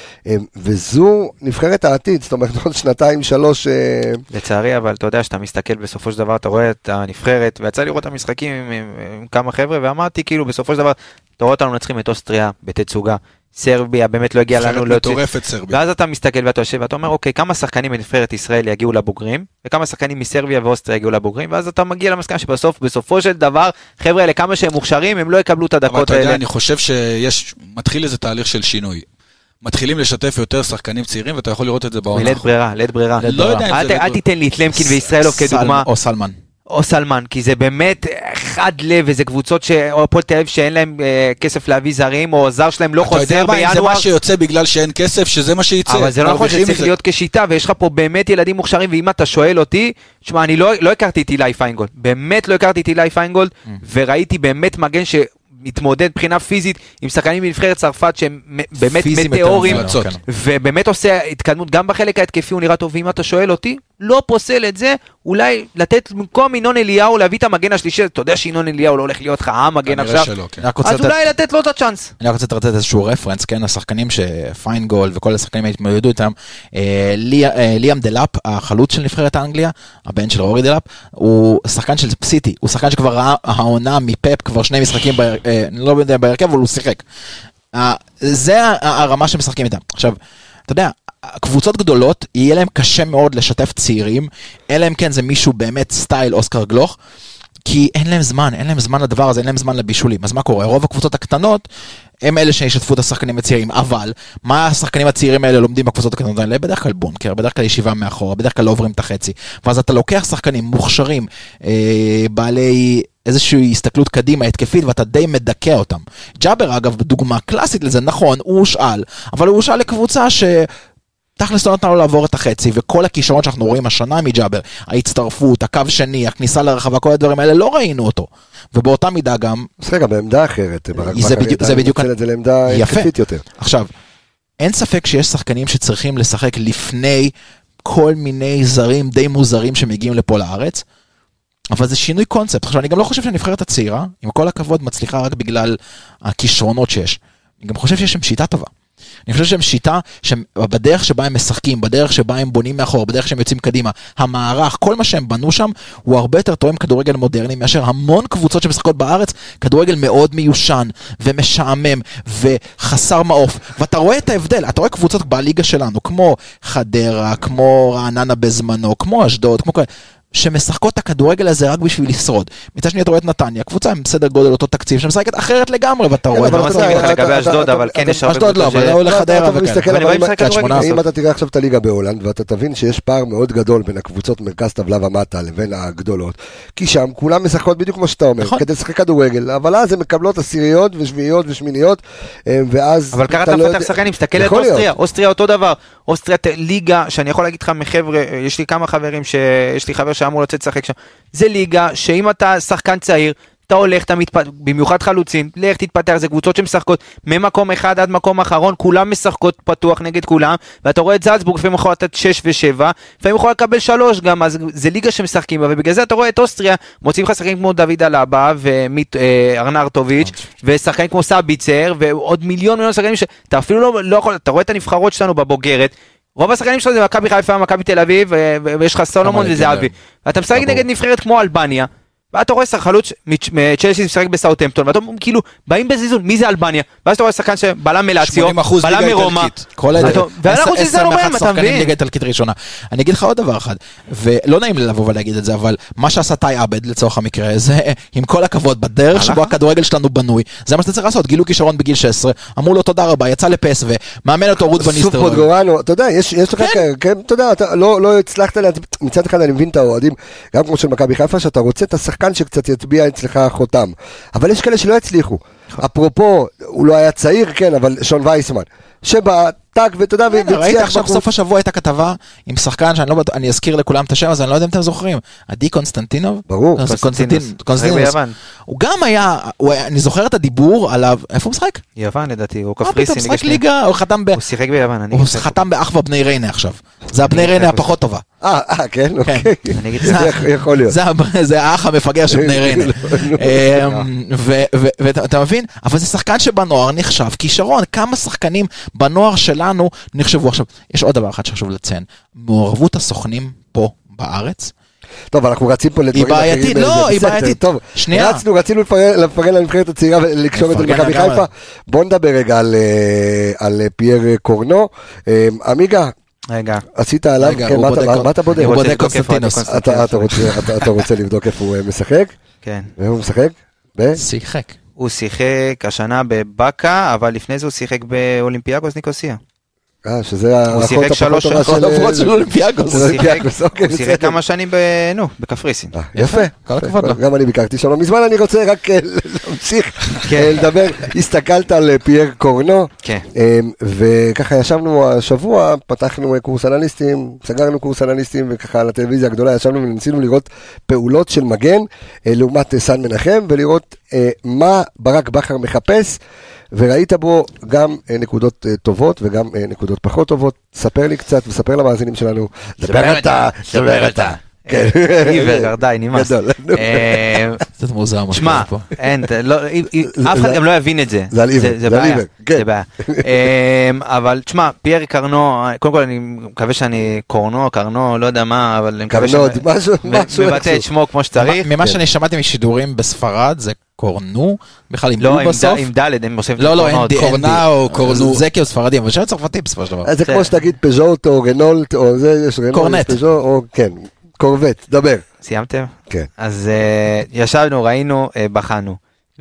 וזו נבחרת העתיד, זאת אומרת עוד שנתיים, שלוש... לצערי, אבל אתה יודע שאתה מסתכל בסופו של דבר, אתה רואה את הנבחרת, ויצא לראות את המשחקים עם, עם, עם כמה חבר'ה, ואמרתי כאילו בסופו של דבר, אתה רואה אותנו נצחים את אוסטריה בתצוגה, סרביה באמת לא הגיע לנו להוציא, ואז אתה מסתכל ואתה יושב ואתה אומר אוקיי, כמה שחקנים מנבחרת ישראל יגיעו לבוגרים, וכמה שחקנים מסרביה ואוסטריה יגיעו לבוגרים, ואז אתה מגיע למסקנה שבסוף, בסופו של דבר, חבר'ה האלה כמה שהם מוכשרים, הם לא יקבלו את הדקות האלה. אבל אתה יודע, אני חושב שיש, מתחיל איזה תהליך של שינוי. מתחילים לשתף יותר שחקנים צעירים, ואתה יכול לראות את זה בעונה. לית ברירה, לית ברירה. לא יודע אם זה... אל תיתן לי את למקין וישראלוב כדוגמה. או סלמן. או סלמן, כי זה באמת חד לב, וזה קבוצות שאופול תל אביב שאין להם אה, כסף להביא זרים, או זר שלהם לא חוזר בינואר. זה מה שיוצא בגלל שאין כסף, שזה מה שיצא. אבל זה לא נכון שצריך להיות כשיטה, ויש לך פה באמת ילדים מוכשרים, ואם אתה שואל אותי, שמה, אני לא, לא הכרתי את אילי פיינגולד, באמת לא הכרתי את אילי פיינגולד, mm. וראיתי באמת מגן ש... מתמודד בחינה פיזית עם שחקנים מנבחרת צרפת שהם באמת מטאורים, ובאמת עושה התקדמות גם בחלק ההתקפי, הוא נראה טוב, ואם אתה שואל אותי, לא פוסל את זה, אולי לתת במקום ינון אליהו להביא את המגן השלישי, אתה יודע שינון אליהו לא הולך להיות לך המגן עכשיו, אז אולי לתת לו את הצ'אנס. אני רוצה לתת איזשהו רפרנס, כן, השחקנים שפיינגולד וכל השחקנים התמודדו איתם, ליאם דלאפ, החלוץ של נבחרת האנגליה, הבן של רורי דלאפ, הוא שחקן של סיטי, הוא שחקן שכבר ראה העונה מפאפ, כבר שני משחקים, אני לא יודע בהרכב, אבל הוא שיחק. זה הרמה שמשחקים איתם. עכשיו, אתה יודע, קבוצות גדולות, יהיה להם קשה מאוד לשתף צעירים, אלא אם כן זה מישהו באמת סטייל אוסקר גלוך, כי אין להם זמן, אין להם זמן לדבר הזה, אין להם זמן לבישולים. אז מה קורה? רוב הקבוצות הקטנות, הם אלה שישתפו את השחקנים הצעירים, אבל מה השחקנים הצעירים האלה לומדים בקבוצות הקטנות האלה? בדרך כלל בונקר, בדרך כלל ישיבה מאחורה, בדרך כלל לא עוברים את החצי. ואז אתה לוקח שחקנים מוכשרים, אה, בעלי איזושהי הסתכלות קדימה, התקפית, ואתה די מדכא אותם. ג'אבר, אגב, דוגמה קלאסית לזה, נכון, הוא הושאל, אבל הוא הושאל לקבוצה ש... תכלס לא נתנה לו לעבור את החצי, וכל הכישרון שאנחנו רואים השנה מג'אבר, ההצטרפות, הקו שני, הכניסה לרחבה, כל הדברים האלה, לא ראינו אותו. ובאותה מידה גם... זה גם בעמדה אחרת. זה בדיוק... זה בדיוק... זה לעמדה התקפית יותר. עכשיו, אין ספק שיש שחקנים שצריכים לשחק לפני כל מיני זרים די מוזרים שמגיעים לפה לארץ, אבל זה שינוי קונספט. עכשיו, אני גם לא חושב שהנבחרת הצעירה, עם כל הכבוד, מצליחה רק בגלל הכישרונות שיש. אני גם חושב שיש שם שיטה טובה. אני חושב שהם שיטה שבדרך שבה הם משחקים, בדרך שבה הם בונים מאחור, בדרך שהם יוצאים קדימה, המערך, כל מה שהם בנו שם, הוא הרבה יותר תואם כדורגל מודרני, מאשר המון קבוצות שמשחקות בארץ, כדורגל מאוד מיושן, ומשעמם, וחסר מעוף. ואתה רואה את ההבדל, אתה רואה קבוצות בליגה שלנו, כמו חדרה, כמו רעננה בזמנו, כמו אשדוד, כמו כאלה, שמשחקות את הכדורגל הזה רק בשביל לשרוד. מצד שני אתה רואה את נתניה, קבוצה עם סדר גודל אותו תקציב, שמשחקת אחרת לגמרי, ואתה רואה... אבל מסכים איתך לגבי אשדוד, אבל כן יש הרבה... אשדוד לא, אבל לא לחדרה וכאלה. אם אתה תראה עכשיו את הליגה בהולנד, ואתה תבין שיש פער מאוד גדול בין הקבוצות מרכז טבלה ומטה לבין הגדולות, כי שם כולם משחקות בדיוק כמו שאתה אומר, כדי לשחק כדורגל, אבל אז הן מקבלות עשיריות ושביעיות ושמיניות, ואז... אבל ככה אתה מפתח שחקנים, מסתכל את אוסטריה, אוסטריה אותו דבר, אוסטריה ליגה, שאני יכול להגיד לך מחבר'ה, יש לי כמה חברים שיש לי חבר שאמור לצאת לשחק שם. זה ליגה שאם אתה שחקן צעיר, אתה הולך, אתה מתפ... במיוחד חלוצים, לך תתפתח, זה קבוצות שמשחקות ממקום אחד עד מקום אחרון, כולם משחקות פתוח נגד כולם, ואתה רואה את זלצבורג, לפעמים יכול לתת שש ושבע, לפעמים יכול לקבל שלוש גם, אז זה ליגה שמשחקים בה, ובגלל זה אתה רואה את אוסטריה, מוצאים לך שחקנים כמו דוד אלבה, וארנרטוביץ', ושחקנים כמו סאביצר, ועוד מיליון מיליון שחקנים שאתה אפילו לא, לא יכול, אתה רואה את הנבחרות שלנו בבוגרת, רוב השחקנים שלנו זה מכבי חיפה, מכבי תל אביב, ויש לך סולומון וזהבי, ואתה משחק נגד נבחרת כמו אלבניה, ואתה רואה חלוץ מצ'לסי משחק בסאות'המפטון, ואתה כאילו באים בזיזון, מי זה אלבניה? ואז אתה רואה שחקן שבלם מלאציו, בלם מרומא, ואנחנו שזה לא רואים, אתה מבין? ליגה איטלקית ראשונה. אני אגיד לך עוד דבר אחד, ולא נעים לי לבוא ולהגיד את זה, אבל מה שעשה טי עבד לצורך המקרה, זה עם כל הכבוד, בדרך שבו הכדורגל שלנו בנוי, זה מה שאתה צריך לעשות, גילו כישרון בגיל שש עשרה, אמרו לו תודה רבה, יצא לפס ומאמן אותו רות וניסטר. אתה יודע, יש לך, אתה יודע, לא הצלחת, מצד אחד אני מבין את האוהדים, גם כמו של מכבי חיפה, שאתה רוצה את השחקן שקצת יטביע אצלך חותם. אבל יש כאלה שלא יצליחו. אפרופו, הוא לא היה צעיר, כן, אבל שון וייסמן, שבא, טק, ואתה יודע, ראית עכשיו בסוף השבוע הייתה כתבה עם שחקן, שאני אזכיר לכולם את השם, אז אני לא יודע אם אתם זוכרים, עדי קונסטנטינוב? ברור. קונסטנטינוס. הוא גם היה, אני זוכר את הדיבור עליו, איפה הוא משחק? יוון לדעתי, הוא קפריסין. הוא משחק ליגה, הוא חתם ב... הוא שיחק ביוון. הוא חתם באחווה בני ריינה עכשיו. זה הבני ריינה הפחות טובה. אה, כן, אוקיי. יכול להיות. זה האח המפגר של בני ריינה. ואתה מבין? אבל זה שחקן שבנוער נחשב כישרון. כמה שחקנים בנוער שלנו נחשבו. עכשיו, יש עוד דבר אחד שחשוב לציין. מעורבות הסוכנים פה בארץ, טוב, אנחנו רצים פה לדברים אחרים. היא בעייתית, לא, היא בעייתית. טוב, שנייה. רצנו, רצינו לפרגן לנבחרת הצעירה ולקשור את זה למכבי חיפה. בוא נדבר רגע על פייר קורנו. עמיגה, רגע. עשית עליו, כן, מה אתה בודק? הוא בודק קונסטנטינוס. אתה רוצה לבדוק איפה הוא משחק? כן. והוא משחק? שיחק. הוא שיחק השנה בבקה, אבל לפני זה הוא שיחק באולימפיאקוס ניקוסיה. אה, שזה האחות הפחות טובה של אולימפיאקוס. הוא שיחק כמה שנים בקפריסין. יפה, גם אני ביקרתי שלום. מזמן אני רוצה רק להמשיך לדבר. הסתכלת על פייר קורנו, וככה ישבנו השבוע, פתחנו קורס אנליסטים, סגרנו קורס אנליסטים, וככה על הטלוויזיה הגדולה ישבנו וניסינו לראות פעולות של מגן, לעומת סן מנחם, ולראות מה ברק בכר מחפש, וראית בו גם נקודות טובות וגם נקודות פחות טובות. ספר לי קצת וספר למאזינים שלנו. דבר אתה, דבר אתה. עיוור, די, נמאס. קצת מוזר. שמע, אף אחד גם לא יבין את זה. זה על עיוור, זה בעיה. זה בעיה. אבל תשמע, פייר קרנו, קודם כל אני מקווה שאני קורנו, קרנו, לא יודע מה, אבל אני מקווה שאני מבטא את שמו כמו שצריך. ממה שאני שמעתי משידורים בספרד, זה קורנו, בכלל עם דו בסוף. לא, עם דלת, הם עושים לא, לא, אין קורנה או קורנו. זה כאילו ספרדים, אבל שם צרפתי בסופו של דבר. זה כמו שתגיד פז'וט או רנולט, או זה, יש רנולט, פז'וט, או כן, קורבט, דבר. סיימתם? כן. אז ישבנו, ראינו, בחנו.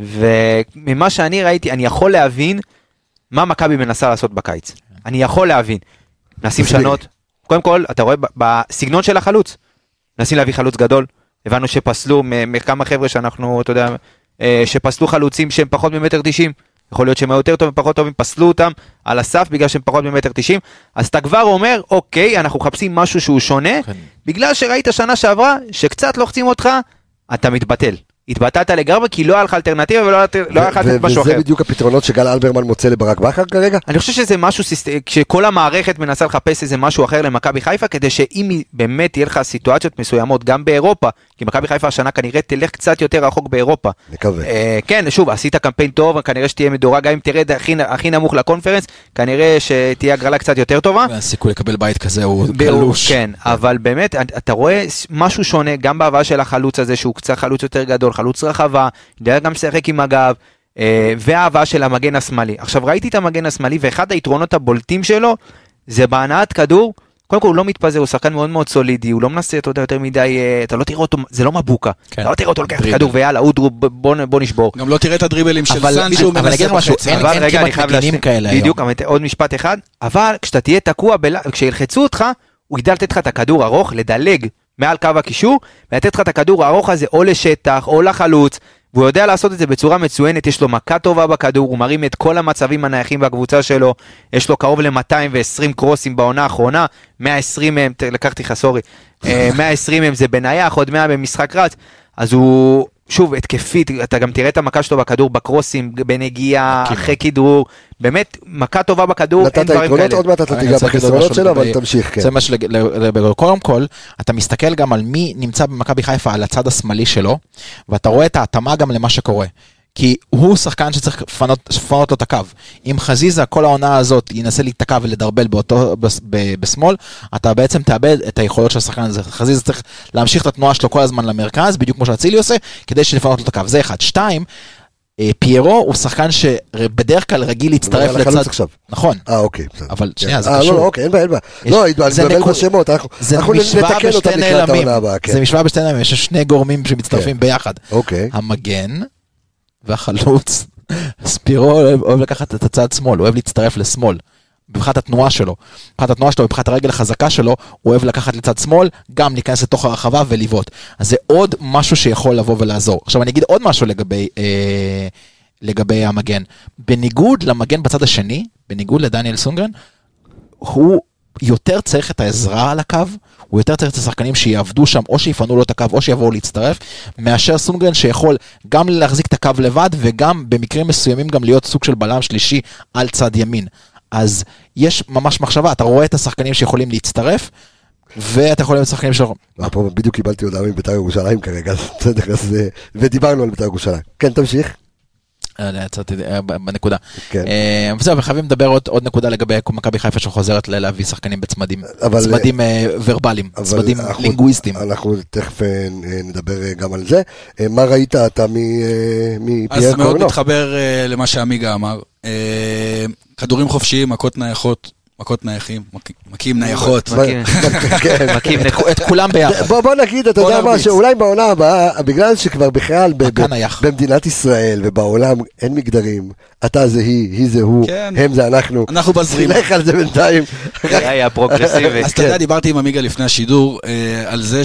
וממה שאני ראיתי, אני יכול להבין מה מכבי מנסה לעשות בקיץ. אני יכול להבין. מנסים שנות. קודם כל, אתה רואה בסגנון של החלוץ. מנסים להביא חלוץ גדול. הבנו שפסלו מכמה חבר'ה שאנחנו, אתה יודע, שפסלו חלוצים שהם פחות ממטר תשעים. יכול להיות שהם יותר טובים, פחות טובים, פסלו אותם על הסף בגלל שהם פחות ממטר תשעים. אז אתה כבר אומר, אוקיי, אנחנו מחפשים משהו שהוא שונה, בגלל שראית שנה שעברה, שקצת לוחצים אותך, אתה מתבטל. התבטלת לגמרי כי לא היה לך אלטרנטיבה ולא היה לך לתת משהו אחר. וזה בדיוק הפתרונות שגל אלברמן מוצא לברק בכר כרגע? אני חושב שזה משהו, כשכל המערכת מנסה לחפש איזה משהו אחר למכבי חיפה, כדי שאם באמת תהיה לך סיטואציות מסוימות, גם באירופה, כי מכבי חיפה השנה כנראה תלך קצת יותר רחוק באירופה. נקווה. כן, שוב, עשית קמפיין טוב, כנראה שתהיה מדורג, גם אם תרד הכי נמוך לקונפרנס, כנראה שתהיה הגרלה קצת יותר טובה. והסיכוי לקבל בית כזה הוא קלוש. כן, אבל באמת, אתה רואה משהו שונה, גם בהבאה של החלוץ הזה, שהוא קצת חלוץ יותר גדול, חלוץ רחבה, יודע גם לשחק עם הגב, וההבאה של המגן השמאלי. עכשיו ראיתי את המגן השמאלי, ואחד היתרונות הבולטים שלו, זה בהנעת כדור, קודם כל הוא לא מתפזר, הוא שחקן מאוד מאוד סולידי, הוא לא מנסה אותו יותר מדי, אתה לא תראה אותו, זה לא מבוקה, אתה לא תראה אותו לקח את הכדור, ויאללה, אודרו, בוא נשבור. גם לא תראה את הדריבלים של סנצ'ו, אבל נגיד משהו, אין כמעט מגינים כאלה היום. בדיוק, עוד משפט אחד, אבל כשאתה תהיה תקוע, כשילחצו אותך, הוא ידע לתת לך את הכדור ארוך, לדלג מעל קו הקישור, ולתת לך את הכדור הארוך הזה, או לשטח, או לחלוץ, והוא יודע לעשות את זה בצורה מצוינת, יש לו מכה טובה בכדור, הוא מרים את כל המצבים הנייחים בקבוצה שלו, יש לו קרוב ל-מאתיים ועשרים קרוסים בעונה האחרונה, מאה ועשרים מהם, לקחתי לך סורי, מאה ועשרים מהם זה בנייח, עוד מאה במשחק רץ, אז הוא, שוב, התקפית, אתה גם תראה את המכה שלו בכדור, בקרוסים, בנגיעה, אחרי כדרור, באמת, מכה טובה בכדור, אין דברים כאלה. נתת עוד מעט אתה תיגע בחסרונות שלו, אבל תמשיך, כן. זה מה של... קודם כל, אתה מסתכל גם על מי נמצא במכבי חיפה על הצד השמאלי שלו, ואתה רואה את ההתאמה גם למה שקורה. כי הוא שחקן שצריך לפנות לו את הקו. אם חזיזה, כל העונה הזאת, ינסה להתקע ולדרבל באותו, בשמאל, אתה בעצם תאבד את היכולות של השחקן הזה. חזיזה צריך להמשיך את התנועה שלו כל הזמן למרכז, בדיוק כמו שאצילי עושה, כדי שלפנות לו את הקו. זה אחד. שתיים, פיירו הוא שחקן שבדרך כלל רגיל להצטרף לצד... נכון. אה, אוקיי. אבל שנייה, זה קשור. אה, לא, אוקיי, אין בה, אין בה. לא, התבלבל בשמות, אנחנו נתקן אותם לקראת העונה הבאה. זה משוואה בשתי נעלמים, יש שני גורמים שמצטרפים ביחד. אוקיי. המגן והחלוץ, ספירו אוהב לקחת את הצד שמאל, הוא אוהב להצטרף לשמאל, בבחינת התנועה שלו, בבחינת התנועה שלו, בבחינת הרגל החזקה שלו, הוא אוהב לקחת לצד שמאל, גם להיכנס לתוך הרחבה ולבעוט. אז זה עוד משהו שיכול לבוא ולעזור. עכשיו אני אגיד עוד משהו לגבי, אה, לגבי המגן. בניגוד למגן בצד השני, בניגוד לדניאל סונגרן, הוא יותר צריך את העזרה על הקו, הוא יותר צריך את השחקנים שיעבדו שם, או שיפנו לו את הקו, או שיבואו להצטרף, מאשר סונגרן שיכול גם להחזיק את הקו לבד, וגם במקרים מסוימים גם להיות סוג של בלם שלישי על צד ימין. אז יש ממש מחשבה, אתה רואה את השחקנים שיכולים להצטרף, ואתה יכול להיות שחקנים שלו. פה בדיוק קיבלתי הודעה מבית"ר ירושלים כרגע, ודיברנו על בית"ר ירושלים. כן, תמשיך. יצאתי בנקודה. בסדר, וחייבים לדבר עוד נקודה לגבי מכבי חיפה שחוזרת להביא שחקנים בצמדים, צמדים ורבליים, צמדים לינגוויסטיים. אנחנו תכף נדבר גם על זה. מה ראית אתה מפייר קורנו? אז מאוד מתחבר למה שעמיגה אמר. כדורים חופשיים, מכות נייחות, מכות נייחים, מכים נייחות. מכים את כולם ביחד. בוא נגיד, אתה יודע מה, שאולי בעונה הבאה, בגלל שכבר בכלל במדינת ישראל ובעולם אין מגדרים, אתה זה היא, היא זה הוא, הם זה אנחנו. אנחנו בזרים. נלך על זה בינתיים. זה היה פרוגרסיבי. אז אתה יודע, דיברתי עם עמיגה לפני השידור, על זה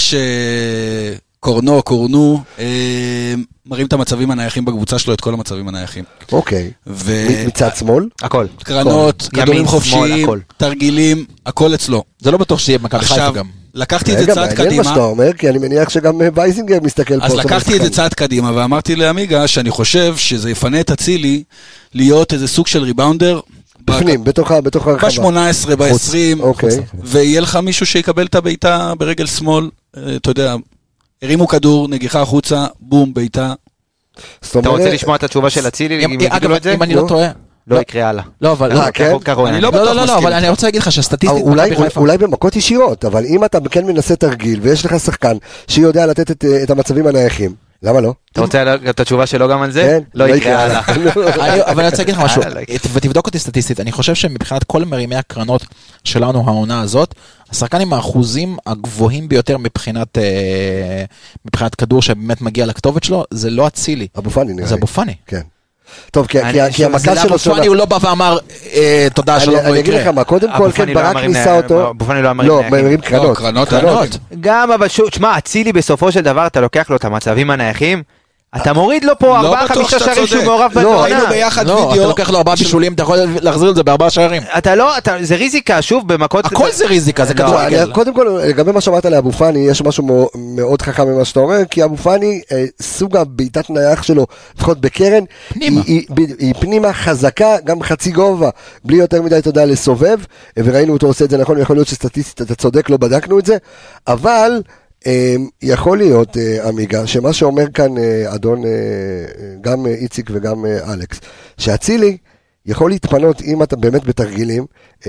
שקורנו, קורנו, מראים את המצבים הנייחים בקבוצה שלו, את כל המצבים הנייחים. אוקיי. מצד שמאל? הכל. קרנות, כדורים חופשיים, תרגילים, הכל אצלו. זה לא בטוח שיהיה מכבי חיפה גם. לקחתי את זה צעד קדימה. רגע, מעניין מה שאתה אומר, כי אני מניח שגם וייזינגר מסתכל פה. אז לקחתי את זה צעד קדימה, ואמרתי לעמיגה שאני חושב שזה יפנה את אצילי להיות איזה סוג של ריבאונדר. בפנים, בתוך הרחבה. ב-שמונה עשרה, ב-עשרים, ויהיה לך מישהו שיקבל את הביתה ברגל שמאל, אתה יודע, הרימו כדור, נגיחה החוצה, בום, ביתה. אתה רוצה לשמוע את התשובה של אצילי? אגב, אם אני לא טועה. לא יקרה הלאה. לא, אבל... אני לא בטוח מסכים. אבל אני רוצה להגיד לך שהסטטיסטית... אולי במכות ישירות, אבל אם אתה כן מנסה תרגיל, ויש לך שחקן שיודע לתת את המצבים הנייחים, למה לא? אתה רוצה את התשובה שלו גם על זה? לא יקרה הלאה. אבל אני רוצה להגיד לך משהו, ותבדוק אותי סטטיסטית, אני חושב שמבחינת כל מרימי הקרנות שלנו העונה הזאת, השחקן עם האחוזים הגבוהים ביותר מבחינת מבחינת כדור שבאמת מגיע לכתובת שלו, זה לא אצילי. אבו פאני נראה. זה אבו פאני. כן. טוב, כי המכה שלו... אבו פאני הוא לא בא ואמר, תודה שלום לא יקרה. אני אגיד לך מה, קודם כל, כן, ברק ניסה אותו... אבו פאני לא אמר... לא, מרים קרנות. קרנות. גם, אבל שמה, אצילי בסופו של דבר, אתה לוקח לו את המצבים הנייחים, אתה מוריד לו פה ארבעה חמישה שערים שהוא מעורב בתאונה. לא, היינו ביחד וידאו. אתה לוקח לו ארבעה בישולים, אתה יכול להחזיר את זה בארבעה שערים. אתה לא, זה ריזיקה, שוב, במכות... הכל זה ריזיקה, זה כדורגל. קודם כל, לגבי מה שאמרת לאבו פאני, יש משהו מאוד חכם ממה שאתה אומר, כי אבו פאני, סוג הבעיטת נייח שלו, לפחות בקרן, היא פנימה חזקה, גם חצי גובה, בלי יותר מדי תודה לסובב, וראינו אותו עושה את זה נכון, יכול להיות שסטטיסטית אתה צודק, לא בדקנו את זה, אבל... יכול להיות, עמיגה, שמה שאומר כאן אדון, גם איציק וגם אלכס, שאצילי יכול להתפנות אם אתה באמת בתרגילים,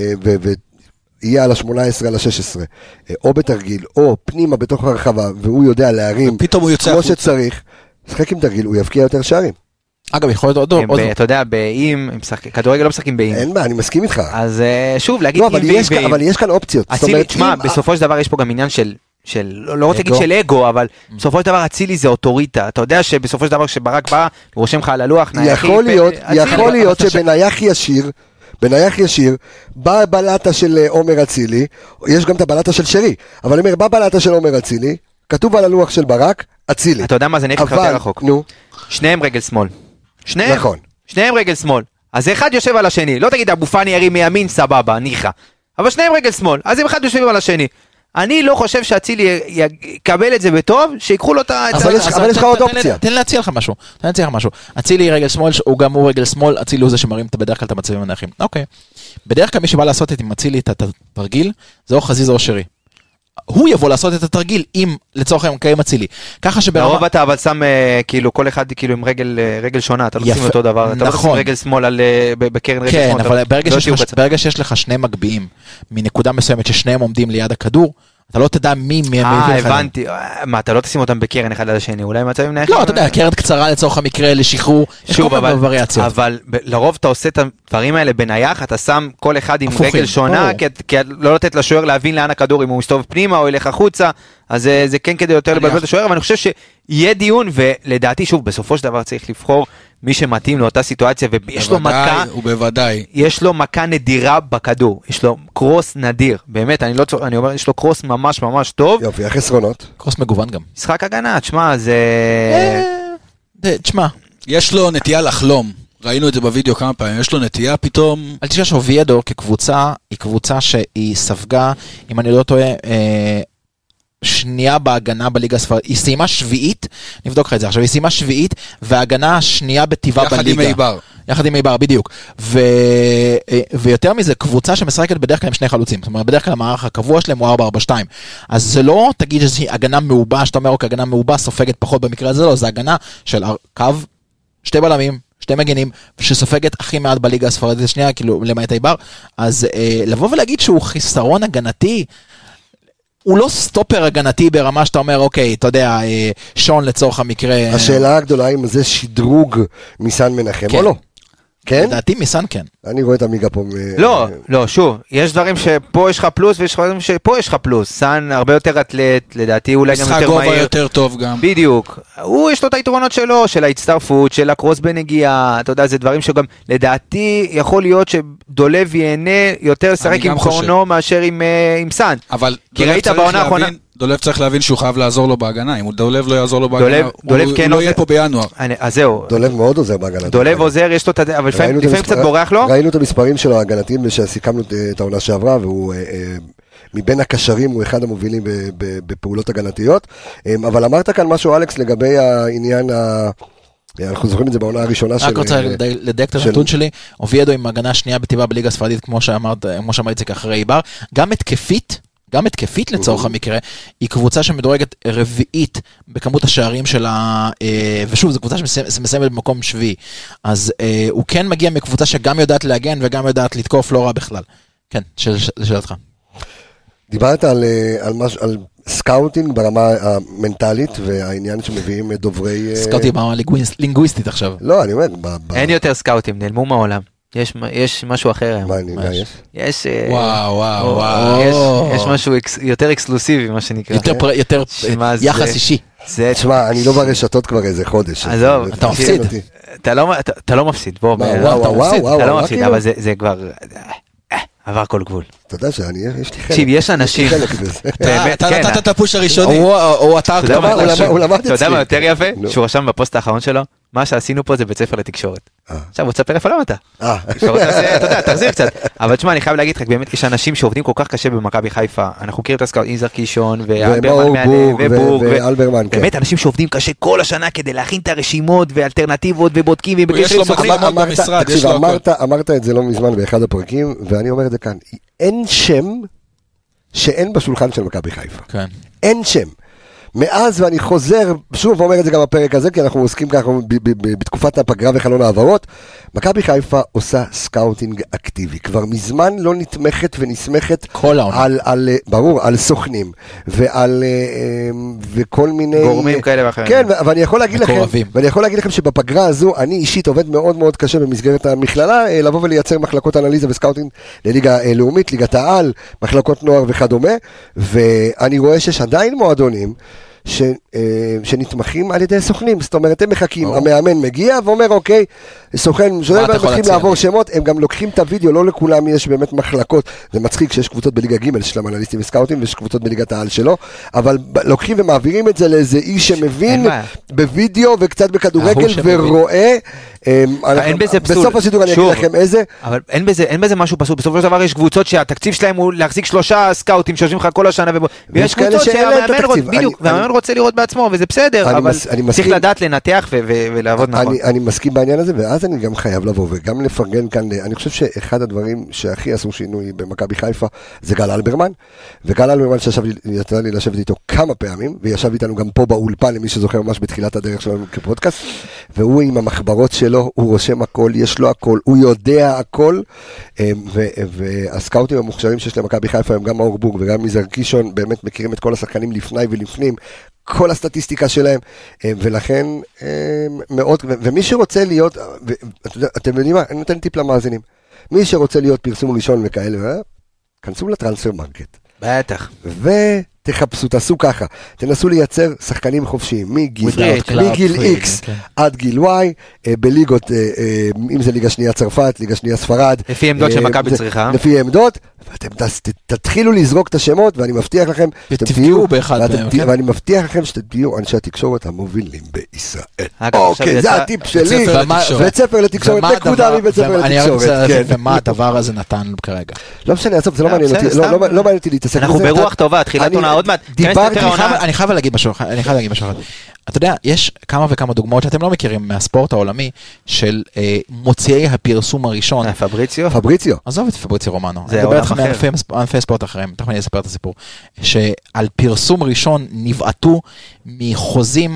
ויהיה על ה-שמונה עשרה, על ה-שש עשרה, או בתרגיל, או פנימה בתוך הרחבה, והוא יודע להרים כמו שצריך, שחק עם תרגיל, הוא יבקיע יותר שערים. אגב, יכול להיות עוד... אתה יודע, באיים, כדורגל לא משחקים באיים. אין מה, אני מסכים איתך. אז שוב, להגיד... אבל יש כאן אופציות. אצילי, תשמע, בסופו של דבר יש פה גם עניין של... של, לא רוצה להגיד של אגו, אבל בסופו של דבר אצילי זה אוטוריטה. אתה יודע שבסופו של דבר כשברק בא, הוא רושם לך על הלוח, יכול להיות, יכול להיות שבנייח ישיר, בנייח ישיר, בא בלטה של עומר אצילי, יש גם את הבלטה של שרי, אבל אני אומר, בא בלטה של עומר אצילי, כתוב על הלוח של ברק, אצילי. אתה יודע מה זה נפח יותר רחוק? נו. שניהם רגל שמאל. שניהם. נכון. שניהם רגל שמאל. אז אחד יושב על השני, לא תגיד אבו פאני ירים מימין, סבבה, ניחא. אבל שניהם רגל שמאל, אז אם אחד יושבים על השני. אני לא חושב שאצילי יקבל את זה בטוב, שיקחו לו את ה... אבל יש לך עוד אופציה. תן להציע לך משהו, תן להציע לך משהו. אצילי רגל שמאל, הוא גם הוא רגל שמאל, אצילי הוא זה שמרים בדרך כלל את המצבים הנייחים. אוקיי. בדרך כלל מי שבא לעשות את עם אצילי את התרגיל, זה או חזיזה או שרי. הוא יבוא לעשות את התרגיל עם, לצורך היום, קיים אצילי. ככה שברמה... לרוב אתה אבל שם, כאילו, כל אחד כאילו עם רגל שונה, אתה לא שים אותו דבר, אתה לא שים רגל שמאל בקרן רגל שמאל. כן, אבל ברגע שיש לך שני מגביעים, מנקודה מסוימת ששניהם עומדים ליד הכדור, אתה לא תדע מי מי אה, הבנתי. מה, אתה לא תשים אותם בקרן אחד עד השני, אולי מצבים נייחים? לא, אתה יודע, קרן קצרה לצורך המקרה לשחרור, שוב, אבל לרוב אתה עושה את הדברים האלה בנייח, אתה שם כל אחד עם רגל שונה, כי לא לתת לשוער להבין לאן הכדור, אם הוא מסתובב פנימה או ילך החוצה, אז זה כן כדי יותר לבלבל את השוער, אבל אני חושב שיהיה דיון, ולדעתי, שוב, בסופו של דבר צריך לבחור מי שמתאים לאותה סיטואציה, ויש לו מכה, ובוודאי. יש לו מכה נדירה בכדור, יש לו קרוס נדיר, באמת, אני לא צור, אני אומר, יש לו קרוס ממש ממש טוב. יופי, החסרונות. קרוס מגוון גם. משחק הגנה, תשמע, זה... תשמע. יש לו נטייה לחלום. ראינו את זה בווידאו כמה פעמים, יש לו נטייה פתאום... אל תשכח שאוביידו כקבוצה, היא קבוצה שהיא ספגה, אם אני לא טועה, שנייה בהגנה בליגה הספרדית, היא סיימה שביעית, נבדוק לך את זה עכשיו, היא סיימה שביעית, וההגנה השנייה בטבעה בליגה. יחד עם איבר. יחד עם איבר, בדיוק. ו... ויותר מזה, קבוצה שמשחקת בדרך כלל עם שני חלוצים, זאת אומרת, בדרך כלל המערך הקבוע שלהם הוא ארבע ארבע שתיים. אז זה לא, תגיד שזו הגנה מעובה, שאתה אומר, אוקיי, הגנה מעובה סופגת פחות במקרה הזה, לא, זה הגנה של קו, שתי בלמים, שתי מגנים, שסופגת הכי מעט בליגה הספרדית השנייה, כאילו, למעט איבר. אז אה, לבוא ולהגיד שהוא חיסרון הגנתי, הוא לא סטופר הגנתי ברמה שאתה אומר, אוקיי, אתה יודע, שון לצורך המקרה... השאלה הגדולה אם זה שדרוג מסן מנחם או לא. כן? לדעתי מסן כן. אני רואה את המיגה פה... לא, לא, שוב, יש דברים שפה יש לך פלוס, ויש דברים שפה יש לך פלוס. סן הרבה יותר אתלט, לדעתי אולי גם יותר מהיר. משחק גובה יותר טוב גם. בדיוק. הוא יש לו את היתרונות שלו, של ההצטרפות, של הקרוס בנגיעה, אתה יודע, זה דברים שגם, לדעתי, יכול להיות שדולב ייהנה יותר לשחק עם חורנו מאשר עם סן. אבל דולב צריך להבין... דולב צריך להבין שהוא חייב לעזור לו בהגנה, אם דולב לא יעזור לו בהגנה, הוא לא יהיה פה בינואר. אז זהו. דולב מאוד עוזר בהגנה. דולב עוזר, יש לו, אבל לפעמים קצת בורח לו. ראינו את המספרים שלו ההגנתיים, שסיכמנו את העונה שעברה, והוא מבין הקשרים, הוא אחד המובילים בפעולות הגנתיות. אבל אמרת כאן משהו, אלכס, לגבי העניין ה... אנחנו זוכרים את זה בעונה הראשונה של... רק רוצה לדייק את הנתון שלי, אוביידו עם הגנה שנייה בטבעה בליגה הספרדית, כמו שאמרת, כמו שאמרת זה ככה איבר, גם התקפית, גם התקפית לצורך המקרה, היא קבוצה שמדורגת רביעית בכמות השערים שלה, ושוב, זו קבוצה שמסיימת במקום שביעי, אז הוא כן מגיע מקבוצה שגם יודעת להגן וגם יודעת לתקוף לא רע בכלל. כן, לשאלתך. דיברת על, על, מש, על סקאוטינג ברמה המנטלית, והעניין שמביאים דוברי... סקאוטינג ברמה לינגוויסטית עכשיו. לא, אני אומר... ב, ב... אין יותר סקאוטים, נעלמו מהעולם. יש, יש משהו אחר היום. מה, אני, מה יש? יש... וואו, וואו, וואו. יש, יש משהו אקס, יותר אקסקלוסיבי, מה שנקרא. יותר, פר, יותר יחס זה, אישי. זה... תשמע, אני לא ברשתות כבר איזה חודש. עזוב, אתה מפסיד. אתה לא, אתה, אתה לא מפסיד, בוא. וואו, וואו, וואו. אתה לא מפסיד, אבל זה, זה כבר... עבר כל גבול. אתה יודע שאני, יש לי חלק. תקשיב, יש אנשים... אתה נתת את הפוש הראשוני. הוא אתה... הוא למד אצלי. אתה יודע מה יותר יפה? שהוא רשם בפוסט האחרון שלו, מה שעשינו פה זה בית ספר לתקשורת. עכשיו, הוא תספר איפה למה אתה. אתה יודע, תחזיר קצת. אבל תשמע, אני חייב להגיד לך, באמת יש אנשים שעובדים כל כך קשה במכבי חיפה. אנחנו מכירים את הסקאוט, איזר קישון, ואלברמן, באמת, אנשים שעובדים קשה כל השנה כדי להכין את הרשימות ואלטרנטיבות ובודקים. יש לו מקום במשרד, יש לו הכל. אמרת את זה לא מזמן באחד הפרקים, ואני אומר את זה כאן. אין שם שאין בשולחן של מכבי חיפה. כן. אין שם. מאז, ואני חוזר, שוב ואומר את זה גם בפרק הזה, כי אנחנו עוסקים ככה בתקופת הפגרה וחלון העברות, מכבי חיפה עושה סקאוטינג אקטיבי, כבר מזמן לא נתמכת ונסמכת על, על, ברור, על סוכנים, ועל, וכל מיני... גורמים כאלה ואחרים. כן, ואני יכול להגיד לכם, ואני יכול להגיד לכם שבפגרה הזו, אני אישית עובד מאוד מאוד קשה במסגרת המכללה, לבוא ולייצר מחלקות אנליזה וסקאוטינג לליגה לאומית, ליגת העל, מחלקות נוער וכדומה, ואני רואה שיש עדיין מועדונים, שנתמכים על ידי סוכנים, זאת אומרת, הם מחכים, המאמן מגיע ואומר, אוקיי, סוכן, שואל, הם מתחילים לעבור שמות, הם גם לוקחים את הוידאו, לא לכולם יש באמת מחלקות, זה מצחיק שיש קבוצות בליגה ג' של אנליסטים וסקאוטים, ויש קבוצות בליגת העל שלו, אבל לוקחים ומעבירים את זה לאיזה איש שמבין בוידאו וקצת בכדורגל ורואה, בסוף השידור אני אגיד לכם איזה. אבל אין בזה משהו פסול, בסופו של דבר יש קבוצות שהתקציב שלהם הוא להחזיק שלושה סקאוטים שיושבים לך כל השנה, ויש קבוצות שהמאמן רוצה לראות בעצמו, וזה בסדר, אבל צריך לדעת לנתח ולעבוד נכון. אני מסכים בעניין הזה, ואז אני גם חייב לבוא, וגם לפרגן כאן, אני חושב שאחד הדברים שהכי עשו שינוי במכבי חיפה, זה גל אלברמן, וגל אלברמן שישב לי לשבת איתו כמה פעמים, וישב איתנו גם פה באולפן, למי שזוכר ממש בתחילת הדרך שלנו כפודקאסט, והוא עם המחברות שלו, הוא רושם הכל, יש לו הכל, הוא יודע הכל, והסקאוטים המוכשרים שיש למכבי חיפה, הם גם מאורבורג וגם מזר קישון, באמת מכירים את כל השחקנים לפני ולפנים, כל הסטטיסטיקה שלהם, ולכן מאוד, ומי שרוצה להיות, אתם יודעים מה, אני נותן טיפ למאזינים, מי שרוצה להיות פרסום ראשון וכאלה, כנסו לטרנספר מרקט. בטח. ותחפשו, תעשו ככה, תנסו לייצר שחקנים חופשיים, מגיל X עד גיל Y, בליגות, אם זה ליגה שנייה צרפת, ליגה שנייה ספרד. לפי עמדות שמכבי צריכה. לפי עמדות, ואתם תתחילו לזרוק את השמות, ואני מבטיח לכם, ותפגעו באחד מהם. ואני מבטיח לכם שאתם תהיו אנשי התקשורת המובילים בישראל. אוקיי, זה הטיפ שלי, בית ספר לתקשורת, נקודה מבית ספר לתקשורת. ומה הדבר הזה נתן כרגע? לא משנה, זה לא מעניין אותי, לא מעניין אותי להתעסק בזה. אנחנו ברוח טובה, תחילת עונה עוד מעט. אני חייב להגיד משהו, אני חייב להגיד משהו אחד. אתה יודע, יש כמה וכמה דוגמאות שאתם לא מכירים מהספורט העולמי, של מוציאי הפרסום הראשון. פבריציו? פבריציו. עזוב את פבריציו רומנו. זה עולם אחר. ענפי ספורט אחרים, תכף אני אספר את הסיפור. שעל פרסום ראשון נבעטו מחוזים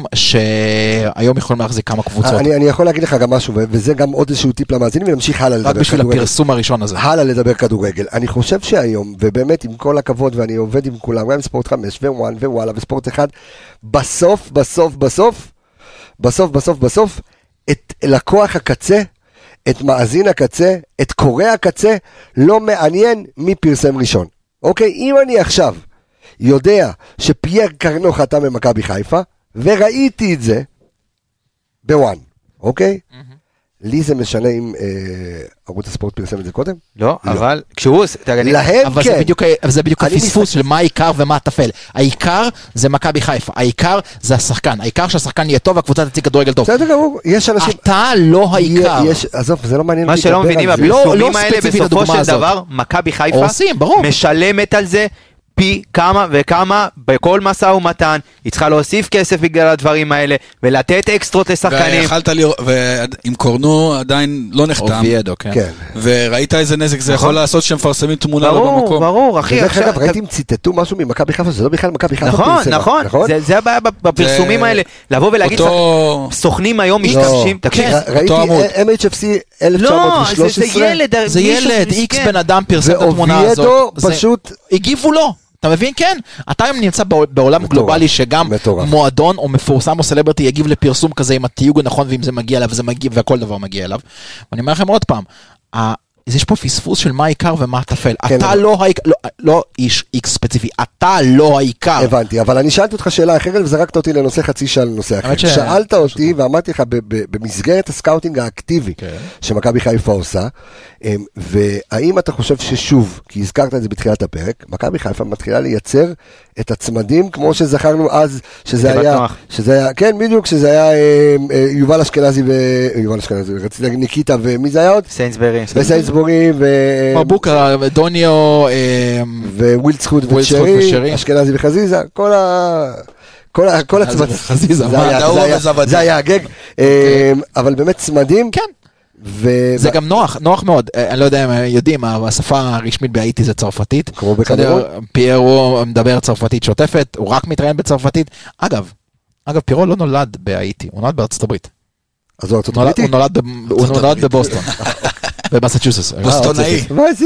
שהיום יכולים להחזיק כמה קבוצות. אני יכול להגיד לך גם משהו, וזה גם עוד איזשהו טיפ למאזינים, ונמשיך הלאה לדבר כדורגל. רק בשביל הפרסום הראשון הזה. הלאה לדבר כדורגל. אני חושב שהיום, ובאמת עם כל הכבוד, ואני עובד עם כולם, גם ספורט חמש, ווואן, ווואלה, וספורט אחד, בסוף, בסוף, בסוף, בסוף, בסוף, בסוף, את לקוח הקצה, את מאזין הקצה, את קורא הקצה, לא מעניין מי פרסם ראשון. אוקיי? אם אני עכשיו יודע שפייר קרנו חתם במכבי חיפה, וראיתי את זה בוואן, אוקיי? לי זה משנה אם ערוץ הספורט פרסם את זה קודם? לא, אבל כשהוא... להם אבל זה בדיוק הפספוס של מה העיקר ומה הטפל. העיקר זה מכבי חיפה, העיקר זה השחקן, העיקר שהשחקן יהיה טוב והקבוצה תציג כדורגל טוב. בסדר גמור, יש אנשים... אתה לא העיקר. עזוב, זה לא מעניין. מה שלא מבינים, הפרסומים האלה בסופו של דבר, מכבי חיפה משלמת על זה פי כמה וכמה בכל מסע ומתן, היא צריכה להוסיף כסף בגלל הדברים האלה, ולתת אקסטרות לשחקנים. ויכלת לראות, ועם קורנו עדיין לא נחתם. אוביידו, כן. וראית איזה נזק זה יכול לעשות שמפרסמים תמונה לא במקום. ברור, ברור, אחי. ודרך אגב, ראיתי אם ציטטו משהו ממכבי חיפה, זה לא בכלל מכבי חיפה. נכון, נכון. זה הבעיה בפרסומים האלה. לבוא ולהגיד, סוכנים היום משתמשים, תקשיב. ראיתי אם אייץ' אף סי אלף תשע מאות ושלוש עשרה. לא, זה ילד. זה ילד, איקס בן אדם פרסם את התמונה הזאת. ואוביידו פשוט... הגיבו לו. אתה מבין? כן. אתה היום נמצא בעולם גלובלי שגם מועדון או מפורסם או סלברטי יגיב לפרסום כזה עם התיוג הנכון ואם זה מגיע אליו וזה מגיע והכל דבר מגיע אליו. ואני אומר לכם עוד פעם, יש פה פספוס של מה העיקר ומה הטפל. אתה לא איש איקס ספציפי, אתה לא העיקר. הבנתי, אבל אני שאלתי אותך שאלה אחרת וזרקת אותי לנושא חצי שעה לנושא אחר. שאלת אותי ואמרתי לך במסגרת הסקאוטינג האקטיבי שמכבי חיפה עושה, והאם אתה חושב ששוב, כי הזכרת את זה בתחילת הפרק, מכבי חיפה מתחילה לייצר את הצמדים כמו שזכרנו אז, שזה היה, שזה היה, כן בדיוק, שזה היה יובל אשכנזי ויובל אשכנזי, רציתי להגיד ניקיטה ומי זה היה עוד? סיינסברי. וסיינסבורי ו... מבוקה, דוניו ווילדסקוט ושרי, אשכנזי וחזיזה, כל ה... כל הצמדים. חזיזה, זה היה הגג, אבל באמת צמדים. כן. זה גם נוח, נוח מאוד, אני לא יודע אם יודעים, השפה הרשמית בהאיטי זה צרפתית, פיירו מדבר צרפתית שוטפת, הוא רק מתראיין בצרפתית, אגב, אגב פיירו לא נולד בהאיטי, הוא נולד בארצות הברית, הוא נולד בבוסטון, במסצ'וסטס, בוסטונאי,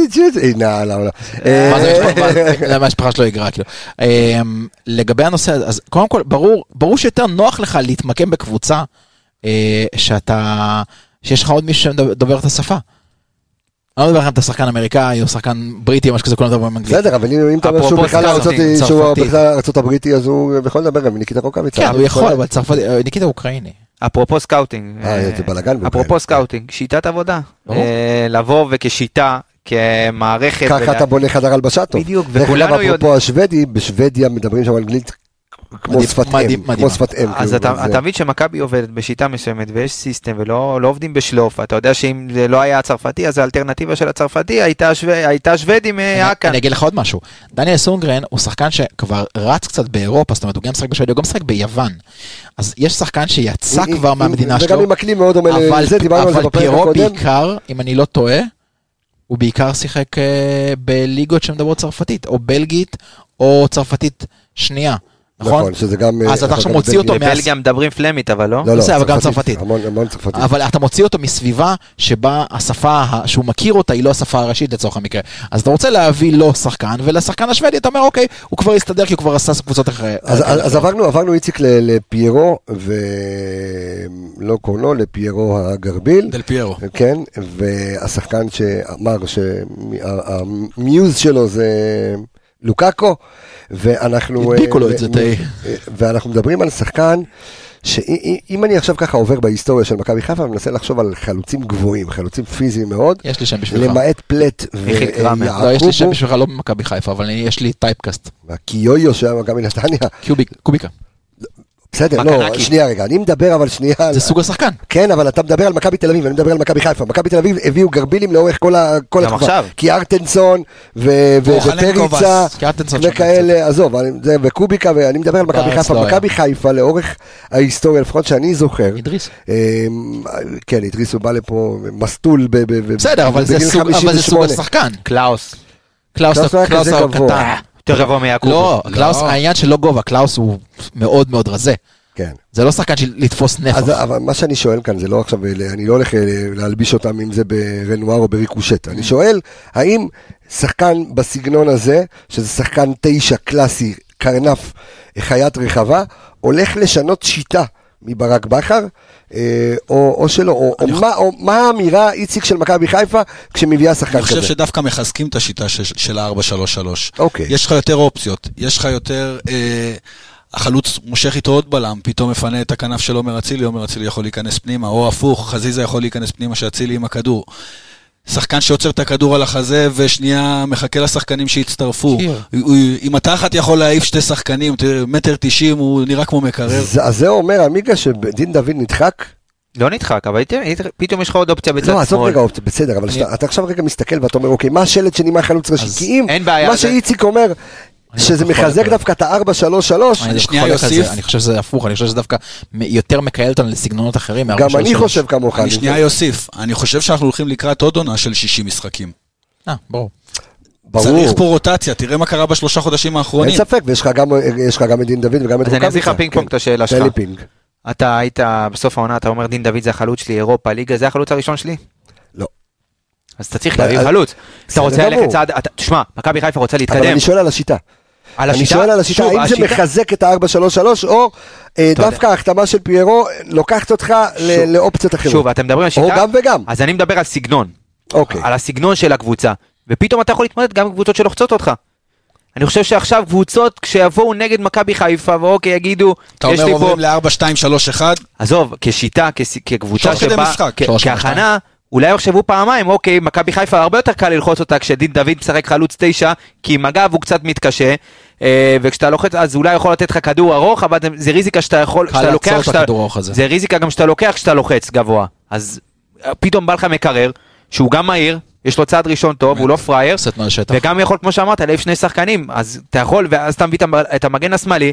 למה המשפחה שלו יגרה, לגבי הנושא, אז קודם כל, ברור שיותר נוח לך להתמקם בקבוצה, שאתה שיש לך עוד מישהו שדובר את השפה. אני לא מדבר לכם את השחקן אמריקאי או שחקן בריטי, משהו כזה, כולם מדברים באנגלית. בסדר, אבל אם אתה אומר שהוא בכלל ארצות הברית, אז הוא יכול לדבר גם ניקיטה רוקאביץ. כן, הוא יכול, אבל ניקיטה אוקראיני. אפרופו סקאוטינג, זה בלגן. אפרופו סקאוטינג, שיטת עבודה. לבוא וכשיטה, כמערכת. ככה אתה בונה חדר הלבשה טוב. בדיוק, וכולנו יודעים. אפרופו השוודי, בשוודיה מדברים שם אנגלית כמו שפת אם, כמו שפת אם. אז אתה מבין שמכבי עובדת בשיטה מסוימת ויש סיסטם ולא עובדים בשלוף. אתה יודע שאם זה לא היה הצרפתי, אז האלטרנטיבה של הצרפתי הייתה שוודי מהאקן. אני אגיד לך עוד משהו. דניאל סונגרן הוא שחקן שכבר רץ קצת באירופה, זאת אומרת הוא גם משחק בשוודיה, הוא גם משחק ביוון. אז יש שחקן שיצא כבר מהמדינה שלו. וגם עם אקלים מאוד דומה לזה, דיברנו על זה בפרק הקודם. אבל פירו בעיקר, אם אני לא טועה, הוא בעיקר שיחק בליגות שמדברות צרפתית, או בלגית, או צרפתית שנייה. נכון? שזה גם... אז אתה עכשיו מוציא אותו... בבלגיה מדברים פלמית, אבל לא? לא, לא, אבל גם צרפתית. המון צרפתית. אבל אתה מוציא אותו מסביבה שבה השפה שהוא מכיר אותה היא לא השפה הראשית לצורך המקרה. אז אתה רוצה להביא לו שחקן, ולשחקן השוודי אתה אומר, אוקיי, הוא כבר יסתדר כי הוא כבר עשה קבוצות אחרי... אז עברנו איציק לפיירו, ולא קורנו, לפיירו הגרביל. דל פיירו. כן, והשחקן שאמר שהמיוז שלו זה... לוקאקו, ואנחנו... הדביקו לו את זה די. ואנחנו מדברים על שחקן, שאם אני עכשיו ככה עובר בהיסטוריה של מכבי חיפה, אני מנסה לחשוב על חלוצים גבוהים, חלוצים פיזיים מאוד. יש לי שם בשבילך. למעט פלט ויעקובו. לא, יש לי שם בשבילך לא במכבי חיפה, אבל יש לי טייפקאסט. והקיויו שהיה מכבי נתניה. קוביקה. בסדר, לא, שנייה רגע, אני מדבר אבל שנייה... זה סוג השחקן. כן, אבל אתה מדבר על מכבי תל אביב, אני מדבר על מכבי חיפה. מכבי תל אביב הביאו גרבילים לאורך כל התקופה. כי ארטנסון ופריצה וכאלה, עזוב, וקוביקה, ואני מדבר על מכבי חיפה. מכבי חיפה לאורך ההיסטוריה, לפחות שאני זוכר. אידריס. כן, אידריס הוא בא לפה מסטול בסדר, אבל זה סוג השחקן. קלאוס. קלאוס הקטן. יותר גבוה מיעקוב. לא, קלאוס, העניין שלא גובה, קלאוס הוא מאוד מאוד רזה. כן. זה לא שחקן של לתפוס נפח. אבל מה שאני שואל כאן, זה לא עכשיו, אני לא הולך להלביש אותם אם זה ברנואר או בריקושט. אני שואל, האם שחקן בסגנון הזה, שזה שחקן תשע קלאסי, קרנף, חיית רחבה, הולך לשנות שיטה מברק בכר, או, או שלא, או, או, מה, או מה האמירה איציק של מכבי חיפה כשמביאה שחקן כזה? אני חושב שדווקא מחזקים את השיטה של, של ה-ארבע שלוש שלוש. אוקיי. יש לך יותר אופציות, יש לך יותר, אה, החלוץ מושך איתו עוד בלם, פתאום מפנה את הכנף של עומר אצילי, עומר אצילי יכול להיכנס פנימה, או הפוך, חזיזה יכול להיכנס פנימה שאצילי עם הכדור. שחקן שיוצר את הכדור על החזה, ושנייה מחכה לשחקנים שהצטרפו. אם אתה אחת יכול להעיף שתי שחקנים, מטר תשעים, הוא נראה כמו מקרר. אז זה אומר, עמיגה, שדין דוד נדחק? לא נדחק, אבל פתאום יש לך עוד אופציה בצד שמאל. לא, עזוב רגע אופציה, בסדר, אבל אתה עכשיו רגע מסתכל ואתה אומר, אוקיי, מה השלט שנמח חלוץ ראשי? כי אם מה שאיציק אומר, שזה מחזק דווקא את ה-ארבע שלוש שלוש, אני חושב שזה הפוך, אני חושב שזה דווקא יותר מקהל אותנו לסגנונות אחרים. גם אני חושב כמוך. אני שנייה יוסיף, אני חושב שאנחנו הולכים לקראת עוד עונה של שישים משחקים. אה, ברור. צריך פה רוטציה, תראה מה קרה בשלושה חודשים האחרונים. אין ספק, ויש לך גם את דין דוד וגם את רוקאביצה. אז אני אעשה לך פינג פונג את השאלה שלך. אתה היית בסוף העונה, אתה אומר דין דוד זה החלוץ שלי, אירופה, ליגה, זה החלוץ הראשון שלי? לא. אז אתה צריך להביא חלוץ. אתה רוצה ללכת צעד, תשמע, מכבי חיפה רוצה להתקדם. אבל אני שואל על השיטה. אני שואל על השיטה, האם זה מחזק את ה-ארבע שלוש שלוש, או דווקא ההחתמה של פיירו לוקחת אותך לאופציות אחרות. שוב, אתם מדברים על שיטה? או גם וגם. אז אני מדבר על סגנון. אוקיי. על הסגנון של הקבוצה. ופתאום אתה יכול להתמודד גם קבוצות שלוחצות אותך. אני חושב שעכשיו קבוצות, כשיבואו נגד מכבי חיפה, ואוקיי, יגידו, אתה אומר עוברים ל-ארבע שתיים שלוש אחת? עזוב, כשיטה, כקבוצה שבאה, כהכנה, אולי יחשבו פעמיים, אוקיי, מכבי חיפה הרבה יותר קל ללחוץ אותה, כשדין דוד משחק חלוץ תשע, כי עם הגב הוא קצת מתקשה, וכשאתה לוחץ, אז אולי יכול לתת לך כדור ארוך, אבל זה ריזיקה שאתה יכול, שאתה לוקח, זה ריזיקה גם שאתה לוקח כשאתה לוחץ גבוה. אז פתאום בא לך מקרר, שהוא גם מהיר, יש לו צעד ראשון טוב, הוא לא פרייר, וגם יכול, כמו שאמרת, להעיף שני שחקנים, אז אתה יכול, ואז אתה מביא את המגן השמאלי,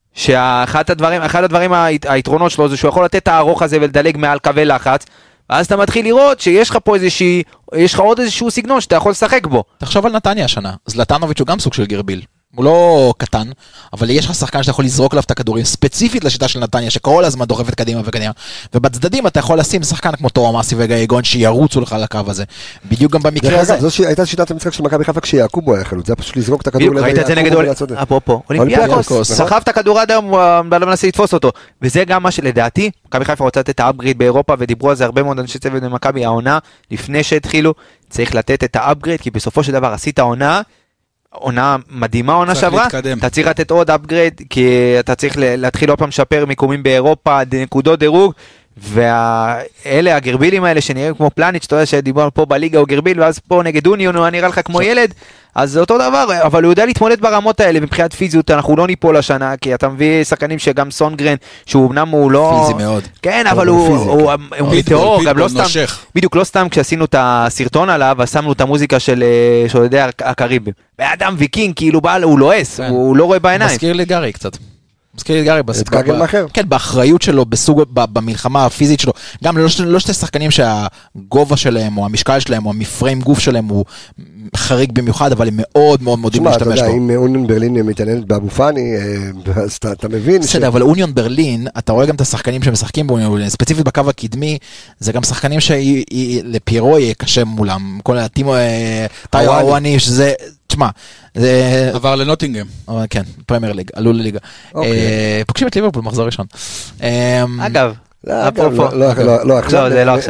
שאחד הדברים, אחד הדברים היתרונות שלו, זה שהוא יכול לתת את הארוך הזה ולדלג מעל קווי לחץ, ואז אתה מתחיל לראות שיש לך פה איזושהי, יש לך עוד איזשהו סגנון שאתה יכול לשחק בו. תחשוב על נתניה השנה, זלטנוביץ' הוא גם סוג של גרביל. הוא לא קטן, אבל יש לך שחקן שאתה יכול לזרוק עליו את הכדורים, ספציפית לשיטה של נתניה, שכל הזמן דוחפת קדימה וקדימה, ובצדדים אתה יכול לשים שחקן כמו תואר מסי וגייגון, שירוצו לך לקו הזה. בדיוק גם במקרה הזה. זו הייתה שיטת המשחק של מכבי חיפה כשיעקובו היה חלוץ, זה היה פשוט לזרוק את הכדור. ראית את זה נגד אפרופו, אולימפיאקוס, סחב את הכדור עד היום, לא מנסה לתפוס אותו, וזה גם מה שלדעתי, מכבי חיפה רוצה לתת את האפגריד באירופה, ודיברו על זה הרבה מאוד אנשי צוות במכבי, העונה, לפני שהתחילו, צריך לתת את האפגריד, כי בסופו של דבר עשית העונה, עונה מדהימה, עונה שעברה, אתה צריך לתת עוד אפגריד, כי אתה צריך להתחיל עוד פעם לשפר מיקומים באירופה, נקודות דירוג, ואלה הגרבילים האלה שנראים כמו פלניץ', אתה יודע שדיברנו פה בליגה הוא גרביל, ואז פה נגד אוניון הוא נראה לך כמו ילד, אז זה אותו דבר, אבל הוא יודע להתמודד ברמות האלה, מבחינת פיזיות, אנחנו לא ניפול השנה, כי אתה מביא שחקנים שגם סונגרן, שהוא אמנם הוא לא... פיזי מאוד. כן, אבל הוא מתאור, גם לא סתם, בדיוק לא סתם כשעשינו את הסרטון עליו, אז שמנו את המוזיקה של שודדי הקריבים. באדם ויקינג, כאילו הוא לועס, הוא לא רואה בעיניים. מזכיר לי גרי קצת. מזכיר לי גרי, ב- כן, באחריות שלו, בסוג, במלחמה הפיזית שלו, גם לא, לא שתי שחקנים שהגובה שלהם, או המשקל שלהם, או המפריים גוף שלהם, הוא חריג במיוחד, אבל הם מאוד מאוד מודים להשתמש בו. אתה יודע, אם אוניון ברלין מתעניינת באבו פאני, אז אתה, אתה מבין בסדר, ש... אבל אוניון ברלין, אתה רואה גם את השחקנים שמשחקים באוניון ברלין, ספציפית בקו הקדמי, זה גם שחקנים שלפירו יהיה קשה מולם, כל הטימו, טאיו הוואני, שזה... תשמע, זה... עבר לנוטינגהם. כן, פרמייר ליג, עלו לליגה. פוגשים את ליברפול מחזור ראשון. אגב, אפרופו. לא, עכשיו,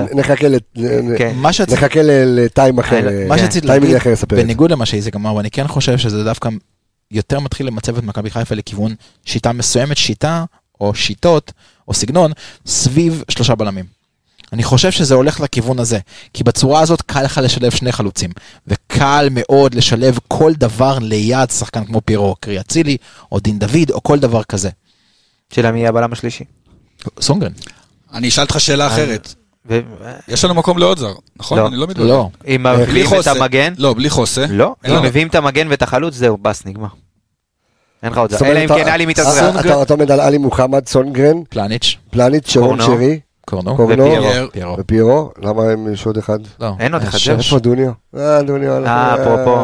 נחכה לטיים אחר, מה שרציתי להגיד, בניגוד למה שאיזק אמר, ואני כן חושב שזה דווקא יותר מתחיל למצב את מכבי חיפה לכיוון שיטה מסוימת, שיטה או שיטות או סגנון, סביב שלושה בלמים. אני חושב שזה הולך לכיוון הזה, כי בצורה הזאת קל לך לשלב שני חלוצים, וקל מאוד לשלב כל דבר ליד שחקן כמו פירו, קריאצילי, או דין דוד, או כל דבר כזה. שאלה מי יהיה הבלם השלישי? סונגרן. אני אשאל אותך שאלה אחרת. יש לנו מקום לעוד זר, נכון? אני לא מתבלבל. לא. אם מביאים את המגן? לא, בלי חוסה. לא, אם מביאים את המגן ואת החלוץ, זהו, בס, נגמר. אין לך עוד זר. אלא אם כן עלי מתעזר. אתה עומד על עלי מוחמד, סונגרן, פלניץ', פלניץ', שרון שרי. קורנו, ופיירו. ופיירו, למה הם יש עוד אחד? לא, אין עוד אחד. איפה דוניו? אה, דוניו. אה, פה, פה.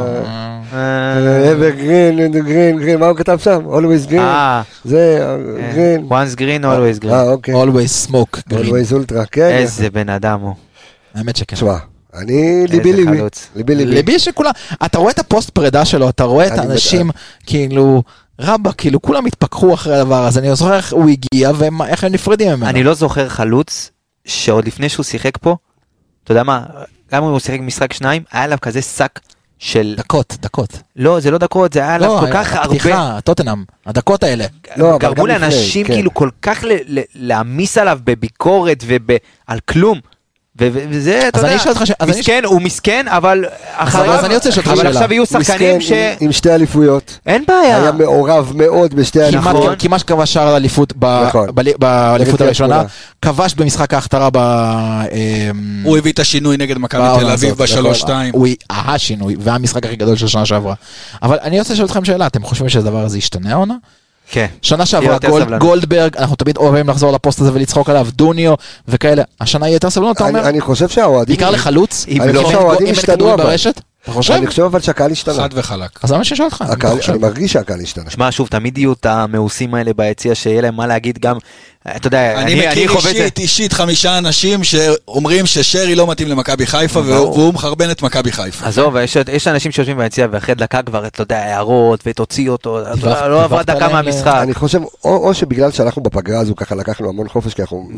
ever green, green, green, מה הוא כתב שם? always green. זה, green. once green, always green. אה, אוקיי. always smoke, green. always ultra, כן. איזה בן אדם הוא. האמת שכן. תשמע, אני ליבי ליבי. ליבי ליבי. ליבי שכולם, אתה רואה את הפוסט פרידה שלו, אתה רואה את האנשים, כאילו... רבא, כאילו, כולם התפקחו אחרי הדבר, אז אני זוכר איך הוא הגיע, ואיך הם נפרדים ממנו. אני לא זוכר חלוץ, שעוד לפני שהוא שיחק פה, אתה יודע מה, גם אם הוא שיחק משחק שניים, היה עליו כזה שק של... דקות, דקות. לא, זה לא דקות, זה היה עליו כל כך הרבה... הפתיחה, טוטנאם, הדקות האלה. גרמו לאנשים כאילו כל כך להמיס עליו בביקורת ועל כלום. וזה, אתה יודע, מסכן, הוא מסכן, אבל עכשיו יהיו שחקנים ש... עם שתי אליפויות. אין בעיה. היה מעורב מאוד בשתי אליפויות. כמעט כבש שער לאליפות באליפות הראשונה, כבש במשחק ההכתרה ב... הוא הביא את השינוי נגד מכבי תל אביב בשלוש שתיים. הוא השינוי, והמשחק הכי גדול של שנה שעברה. אבל אני רוצה לשאול אתכם שאלה, אתם חושבים שהדבר הזה ישתנה העונה? כן. שנה שעברה גולדברג, אנחנו תמיד אוהבים לחזור לפוסט הזה ולצחוק עליו, דוניו וכאלה. השנה יהיה יותר סבלנות, אתה אומר? אני חושב שהאוהדים... בעיקר לחלוץ? אני חושב שהאוהדים השתנו אבל. אתה חושב? אני חושב אבל שהקהל השתנה. חד וחלק. אז למה ששאל אותך? אני מרגיש שהקהל השתנה. שמע, שוב, תמיד יהיו את המאוסים האלה ביציע, שיהיה להם מה להגיד גם, אתה יודע, אני מכיר אישית, אישית חמישה אנשים שאומרים ששרי לא מתאים למכבי חיפה, והוא מחרבן את מכבי חיפה. עזוב, יש אנשים שיושבים ביציע, ואחרי דקה כבר, אתה יודע, הערות, ותוציא אותו, לא עברה דקה מהמשחק. אני חושב, או שבגלל שאנחנו בפגרה הזו, ככה לקחנו המון חופש, כי אנחנו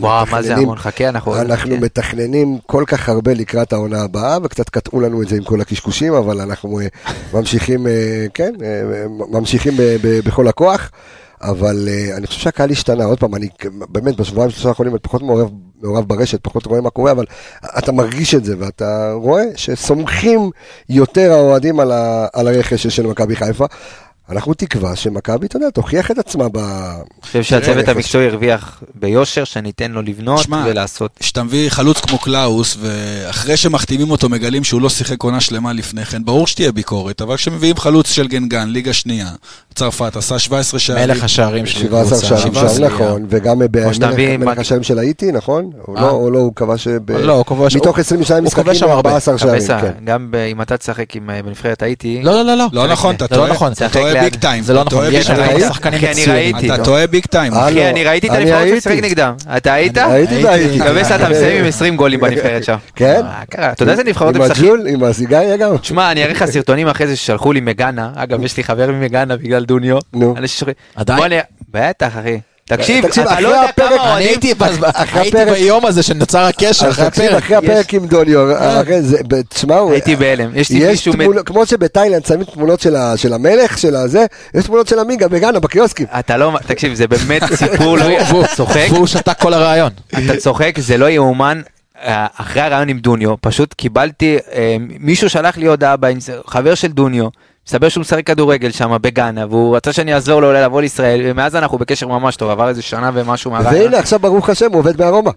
אנחנו מתכננים כל כך הרבה לקראת העונה הבאה, וקצת קטעו לנו את זה עם כל הקשקושים, אבל אנחנו ממשיכים, כן, ממשיכים בכל הכוח. אבל uh, אני חושב שהקהל השתנה, עוד פעם, אני באמת בשבועיים שלושה האחרונים פחות מעורב, מעורב ברשת, פחות רואה מה קורה, אבל אתה מרגיש את זה, ואתה רואה שסומכים יותר האוהדים על, ה, על הרכש של מכבי חיפה. אנחנו תקווה שמכבי, אתה יודע, תוכיח את עצמה ב... אני חושב שהצוות המקצועי הרוויח ביושר, שניתן לו לבנות ולעשות. שאתה מביא חלוץ כמו קלאוס, ואחרי שמחתימים אותו מגלים שהוא לא שיחק עונה שלמה לפני כן, ברור שתהיה ביקורת, אבל כשמביאים חלוץ של גנגן, ליגה שנייה, צרפת, עשה שבע עשרה שערים. מלך השערים של שבע עשרה שערים, שערים, נכון, וגם במלך השערים של האיטי, נכון? או לא, הוא כבש מתוך עשרים ושניים משחקים, ארבע עשרה שערים. גם אם אתה תשחק בנבחרת האיטי... לא, לא, לא. לא נכון, אתה טועה ביג טיים. זה לא נכון, יש שחקנים מצוינים. אתה טועה ביג טיים. אחי, אני ראיתי את הנבחרות שמשחק נגדם. אתה היית? הייתי והייתי. גבס, אתה מסיים עם עשרים גולים בנבחרת שם. כן? אתה יודע איזה נבחרות הם משחקים? עם הג'ול, עם הסיגריה גם. תשמע, אני אראה לך סרטונים אחרי זה ששלחו לי מגנה. אגב, יש לי חבר ממגנה בגלל דוניו. נו. עדיין? בטח, אחי. תקשיב, תקשיב, אתה אחרי לא יודע הפרק, כמה אני אוהדים... הייתי ביום הזה שנוצר הקשר אחרי תקשיב, הפרק. אחרי הפרק עם דוניו, תשמעו, הייתי בהלם. יש לי יש מישהו... תמונות, כמו שבתאילנד שמים תמונות של המלך, של הזה, יש תמונות של המיגה בגנה, בקיוסקים. אתה לא... תקשיב, זה באמת סיפור לא... צוחק. והוא שתק כל הרעיון. אתה צוחק, זה לא יאומן. אחרי הרעיון עם דוניו, פשוט קיבלתי, מישהו שלח לי הודעה, חבר של דוניו, מסתבר שהוא משחק כדורגל שם בגאנה, והוא רצה שאני אעזור לו אולי לבוא לישראל, ומאז אנחנו בקשר ממש טוב, עבר איזה שנה ומשהו מהרעיון. והנה, עכשיו ברוך השם, הוא עובד בארומה.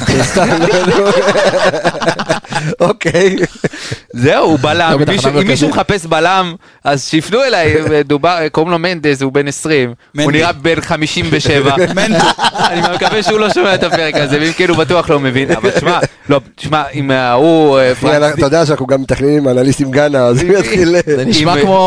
אוקיי. זהו, הוא בלם, אם מישהו מחפש בלם, אז שיפנו אליי, קוראים לו מנדס, הוא בן עשרים, הוא נראה בן חמישים ושבע, אני מקווה שהוא לא שומע את הפרק הזה, ואם כן הוא בטוח לא מבין, אבל תשמע, לא, תשמע, אם הוא... אתה יודע שאנחנו גם מתכננים עם אנליסטים גאנה, אז הוא יתחיל... זה נשמע כמו...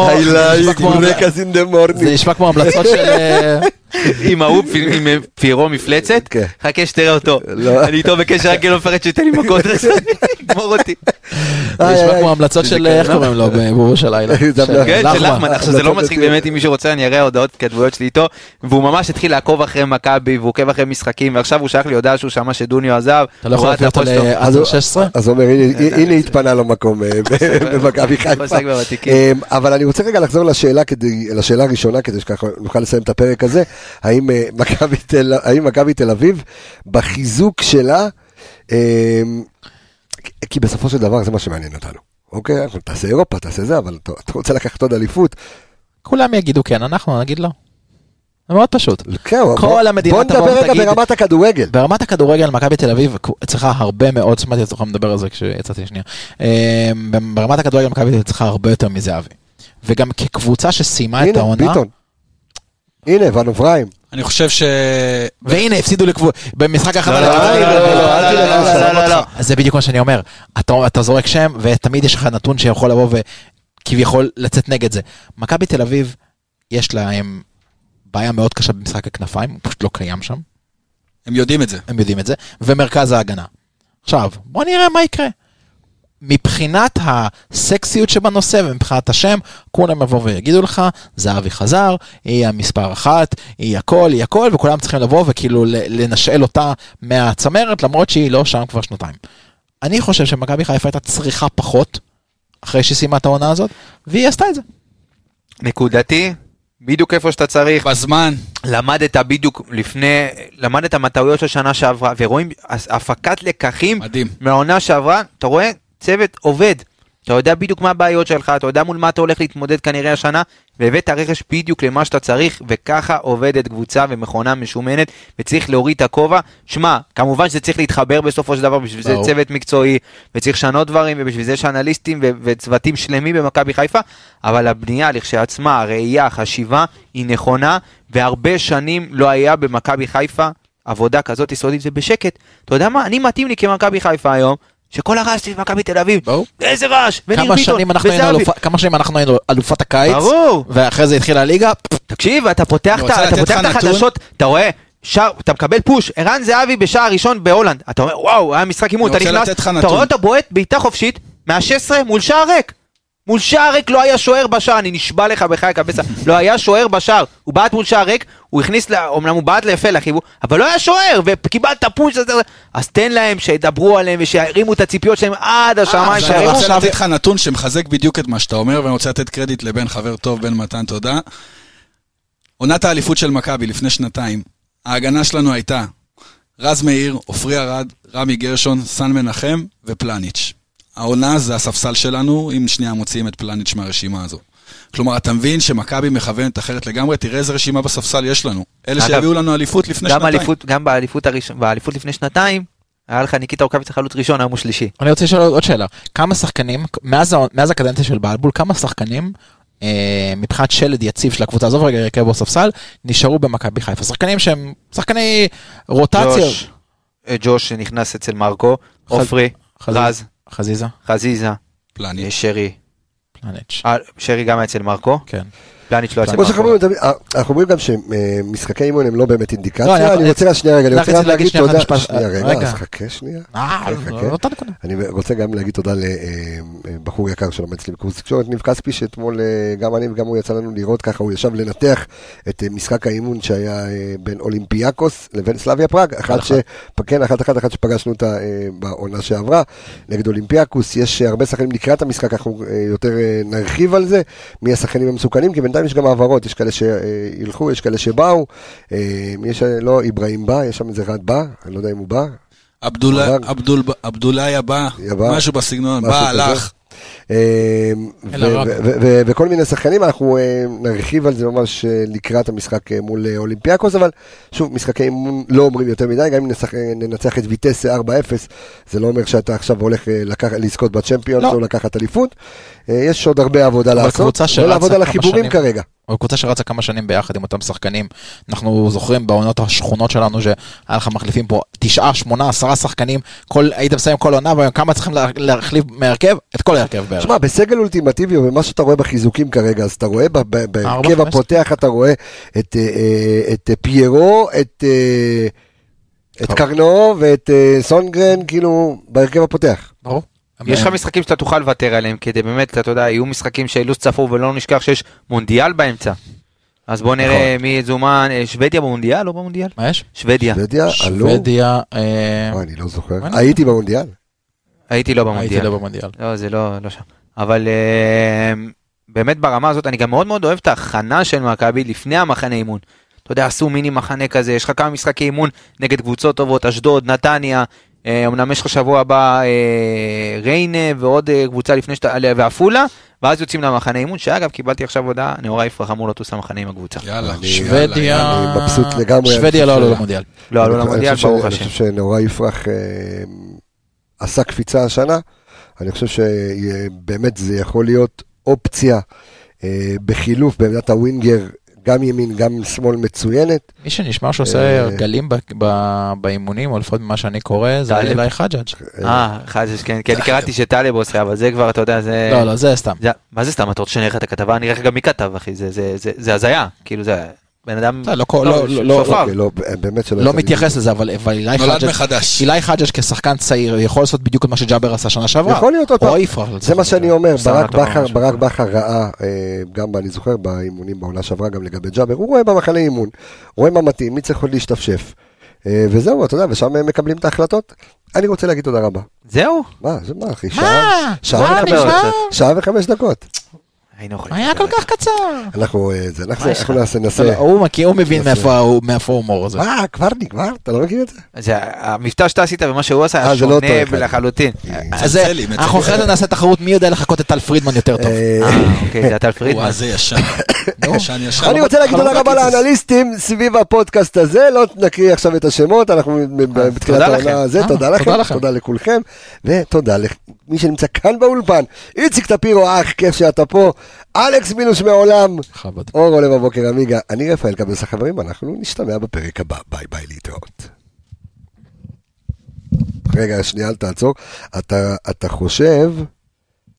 זה נשמע כמו המלצות של... עם ההוא, עם פירו מפלצת, חכה שתראה אותו, אני איתו בקשר רק לא מפרד שתן לי מכות, גמור אותי. זה נשמע כמו המלצות של, איך קוראים לו, בבורו של לילה. כן, של לחמן, עכשיו זה לא מצחיק באמת, אם מישהו רוצה אני אראה הודעות כתבויות שלי איתו, והוא ממש התחיל לעקוב אחרי מכבי, והוא עוקב אחרי משחקים, ועכשיו הוא שלח לי הודעה שהוא שמע שדוניו עזב. אתה לא יכול להביא אותו לעשר שש עשרה? אז הוא אומר, הנה התפנה לו מקום במכבי חיפה. אבל אני רוצה רגע לחזור לשאלה הראשונה, כדי שככה נוכל לסיים את הפרק הזה. האם מכבי תל אביב בחיזוק שלה, כי בסופו של דבר זה מה שמעניין אותנו, אוקיי? תעשה אירופה, תעשה זה, אבל אתה רוצה לקחת עוד אליפות. כולם יגידו כן, אנחנו נגיד לא. זה מאוד פשוט. בוא נדבר רגע ברמת הכדורגל. ברמת הכדורגל, מכבי תל אביב צריכה הרבה מאוד, שמעתי אצלך מדבר על זה כשיצאתי שנייה. ברמת הכדורגל, מכבי תל אביב צריכה הרבה יותר מזהבי. וגם כקבוצה שסיימה את העונה... ביטון. הנה, ואנו פריים. אני חושב ש... והנה, הפסידו במשחק אחד. לא, לא, לא, לא. זה בדיוק מה שאני אומר. אתה זורק שם, ותמיד יש לך נתון שיכול לבוא וכביכול לצאת נגד זה. מכבי תל אביב, יש להם בעיה מאוד קשה במשחק הכנפיים, הוא פשוט לא קיים שם. הם יודעים את זה. הם יודעים את זה, ומרכז ההגנה. עכשיו, בוא נראה מה יקרה. מבחינת הסקסיות שבנושא ומבחינת השם, כולם יבוא ויגידו לך, זהבי חזר, היא המספר אחת, היא הכל, היא הכל, וכולם צריכים לבוא וכאילו לנשאל אותה מהצמרת, למרות שהיא לא שם כבר שנתיים. אני חושב שמכבי חיפה הייתה צריכה פחות, אחרי שהיא סיימה את העונה הזאת, והיא עשתה את זה. נקודתי, בדיוק איפה שאתה צריך. בזמן. למדת בדיוק לפני, למדת מטעויות של שנה שעברה, ורואים הפקת לקחים. מדהים. מהעונה שעברה, אתה רואה? צוות עובד, אתה יודע בדיוק מה הבעיות שלך, אתה יודע מול מה אתה הולך להתמודד כנראה השנה, והבאת הרכש בדיוק למה שאתה צריך, וככה עובדת קבוצה ומכונה משומנת, וצריך להוריד את הכובע. שמה, כמובן שזה צריך להתחבר בסופו של דבר, בשביל זה צוות מקצועי, וצריך לשנות דברים, ובשביל זה יש אנליסטים ו- וצוותים שלמים במכבי חיפה, אבל הבנייה לכשעצמה, הראייה, החשיבה, היא נכונה, והרבה שנים לא היה במכבי חיפה עבודה כזאת יסודית ובשקט. אתה יודע מה? אני מתאים לי כמכבי חיפה היום, שכל הרעש של מכבי תל אביב, איזה רעש, וניר ביטון, וזהבי. כמה שנים אנחנו היינו אלופת הקיץ, ברור. ואחרי זה התחילה הליגה. תקשיב, אתה פותח את החדשות, אתה רואה, אתה מקבל פוש, ערן זהבי בשער ראשון בהולנד, אתה אומר, וואו, היה משחק אימון, אתה נכנס, אתה רואה אותו בועט בעיטה חופשית, מה-שש עשרה מול שער ריק. מול שער ריק לא היה שוער בשער, אני נשבע לך בחיי קבסה, לא היה שוער בשער, הוא בעט מול שער ריק, הוא הכניס, אומנם הוא בעט ליפה לחיבור, אבל לא היה שוער, וקיבלת פוש, אז תן להם שידברו עליהם, ושירימו את הציפיות שלהם עד השמיים. אני רוצה לתת לך נתון שמחזק בדיוק את מה שאתה אומר, ואני רוצה לתת קרדיט לבן חבר טוב, בן מתן, תודה. עונת האליפות של מכבי לפני שנתיים, ההגנה שלנו הייתה רז מאיר, עופרי ארד, רמי גרשון, סן מנחם ופלניץ'. העונה זה הספסל שלנו, אם שנייה מוציאים את פלניץ' מהרשימה הזו. כלומר, אתה מבין שמכבי מכוונת אחרת לגמרי, תראה איזה רשימה בספסל יש לנו. אלה שהביאו לנו אליפות לפני שנתיים. גם באליפות לפני שנתיים, היה לך ניקיטה רוקאביץ חלוץ ראשון, היום הוא שלישי. אני רוצה לשאול עוד שאלה. כמה שחקנים, מאז הקדנציה של בלבול, כמה שחקנים מבחינת שלד יציב של הקבוצה, עזוב רגע הרכב בספסל, נשארו במכבי חיפה. שחקנים שהם שחקני רוטציה. ג'וש שנכנס אצל מרקו, אופרי, רז, חזיזה, חזיזה, פלניץ', שרי. פלניץ'. שרי גם אצל מרקו? כן. פלניץ' לא אצל כמו מרקו. אנחנו אומרים גם שמשחקי אימון הם לא באמת אינדיקציה, אני רוצה שנייה רגע, אני רוצה גם להגיד תודה, שנייה רגע, אז חכה שנייה, אני רוצה גם להגיד תודה לבחור יקר שלומד אצלי בקורס תקשורת, ניב כספי, שאתמול גם אני וגם הוא יצא לנו לראות ככה, הוא ישב לנתח את משחק האימון שהיה בין אולימפיאקוס לבין סלאביה פראג, אחת שפגשנו אותה בעונה שעברה, נגד אולימפיאקוס, יש הרבה שחקנים לקראת המשחק, אנחנו יותר נרחיב על זה, מי השחקנים המסוכנים, כי בינתיים יש גם העברות, יש כאלה שילכו, יש כאלה שבאו, יש לא, איברהים בא, יש שם איזה אחד בא, אני לא יודע אם הוא בא. עבדולאי בא, משהו בסגנון, בא, הלך. וכל מיני שחקנים, אנחנו נרחיב על זה ממש לקראת המשחק מול אולימפיאקוס, אבל שוב, משחקי אימון לא אומרים יותר מדי, גם אם ננצח את ויטסה ארבע אפס, זה לא אומר שאתה עכשיו הולך לזכות בצ'מפיונס או לקחת אליפות, יש עוד הרבה עבודה לעשות, לא לעבוד על החיבורים כרגע. אבל קבוצה שרצה כמה שנים ביחד עם אותם שחקנים, אנחנו זוכרים בעונות השכונות שלנו שהיה לך מחליפים פה תשעה, שמונה, עשרה שחקנים, היית מסיים כל עונה, וכמה צריכים להחליף מהרכב? את כל ההרכב בערך. שמע, בסגל אולטימטיבי, ומה שאתה רואה בחיזוקים כרגע, אז אתה רואה בהרכב הפותח, אתה רואה את פיירו, את קרנו ואת סונגרן, כאילו, בהרכב הפותח. ברור. יש לך משחקים שאתה תוכל לוותר עליהם, כדי באמת, אתה יודע, יהיו משחקים שאילוס צפו, ולא נשכח שיש מונדיאל באמצע. אז בואו נראה מי זומן, שוודיה במונדיאל או במונדיאל? מה יש? שוודיה. שוודיה, עלו. שוודיה, אני לא זוכר. הייתי במונדיאל. הייתי לא במונדיאל. הייתי לא במונדיאל. לא, זה לא שם. אבל באמת ברמה הזאת, אני גם מאוד מאוד אוהב את ההכנה של מכבי לפני המחנה אימון. אתה יודע, עשו מיני מחנה כזה, יש לך כמה משחקי אימון נגד קבוצות טובות, אשדוד, נתניה, אמנם יש לך שבוע הבא ריינה ועוד קבוצה לפני שאתה, ואפולה, ואז יוצאים למחנה אימון, שאגב קיבלתי עכשיו הודעה, נאורה יפרח אמור לטוס למחנה עם הקבוצה. יאללה, שוודיה, אני מבסוט לגמרי. שוודיה לא עלו למונדיאל. לא עלו למונדיאל, ברוך השם. אני חושב שנאורה יפרח עשה קפיצה השנה, אני חושב שבאמת זה יכול להיות אופציה בחילוף בעמדת הווינגר, גם ימין, גם שמאל מצוינת. מי שנשמע שעושה גלים באימונים, או לפחות ממה שאני קורא, זה אלי חג'אג'. אה, חג'אג', כן, כי אני קראתי שטלב עושה, אבל זה כבר, אתה יודע, זה... לא, לא, זה סתם. מה זה סתם? אתה רוצה שנראה לך את הכתבה? אני אראה לך גם מי כתב, אחי, זה הזיה, כאילו זה... בן אדם... לא מתייחס לזה, אבל אילי חג'אג' כשחקן צעיר יכול לעשות בדיוק את מה שג'אבר עשה שנה שעברה. יכול להיות אותו. זה מה שאני אומר, ברק בכר ראה, גם אני זוכר באימונים בעונה שעברה, גם לגבי ג'אבר, הוא רואה במחנה אימון, רואה מה מתאים, מי צריך עוד להשתפשף. וזהו, אתה יודע, ושם מקבלים את ההחלטות. אני רוצה להגיד תודה רבה. זהו? מה, זה מה, אחי? מה? שעה וחמש דקות. היה כל כך קצר. אנחנו נעשה, נעשה. הוא מבין מאיפה ההומור הזה. מה, כבר נגמר? אתה לא מכיר את זה? המבטא שאתה עשית ומה שהוא עשה היה שונה לחלוטין. אנחנו אחרי זה נעשה תחרות מי יודע לחכות את טל פרידמן יותר טוב. אוקיי, זה טל פרידמן. זה ישן. ישן, ישן. אני רוצה להגיד תודה רבה לאנליסטים סביב הפודקאסט הזה, לא נקריא עכשיו את השמות, אנחנו בתחילת העונה הזה, תודה לכם, תודה לכולכם, ותודה למי שנמצא כאן באולפן, איציק טפירו, אח, כיף שאתה פה, אלכס מילוש מעולם, אור עולה בבוקר עמיגה, אני רפאל קבלס החברים, אנחנו נשתמע בפרק הבא, ביי ביי להתראות. רגע, שנייה, אל תעצור, אתה חושב...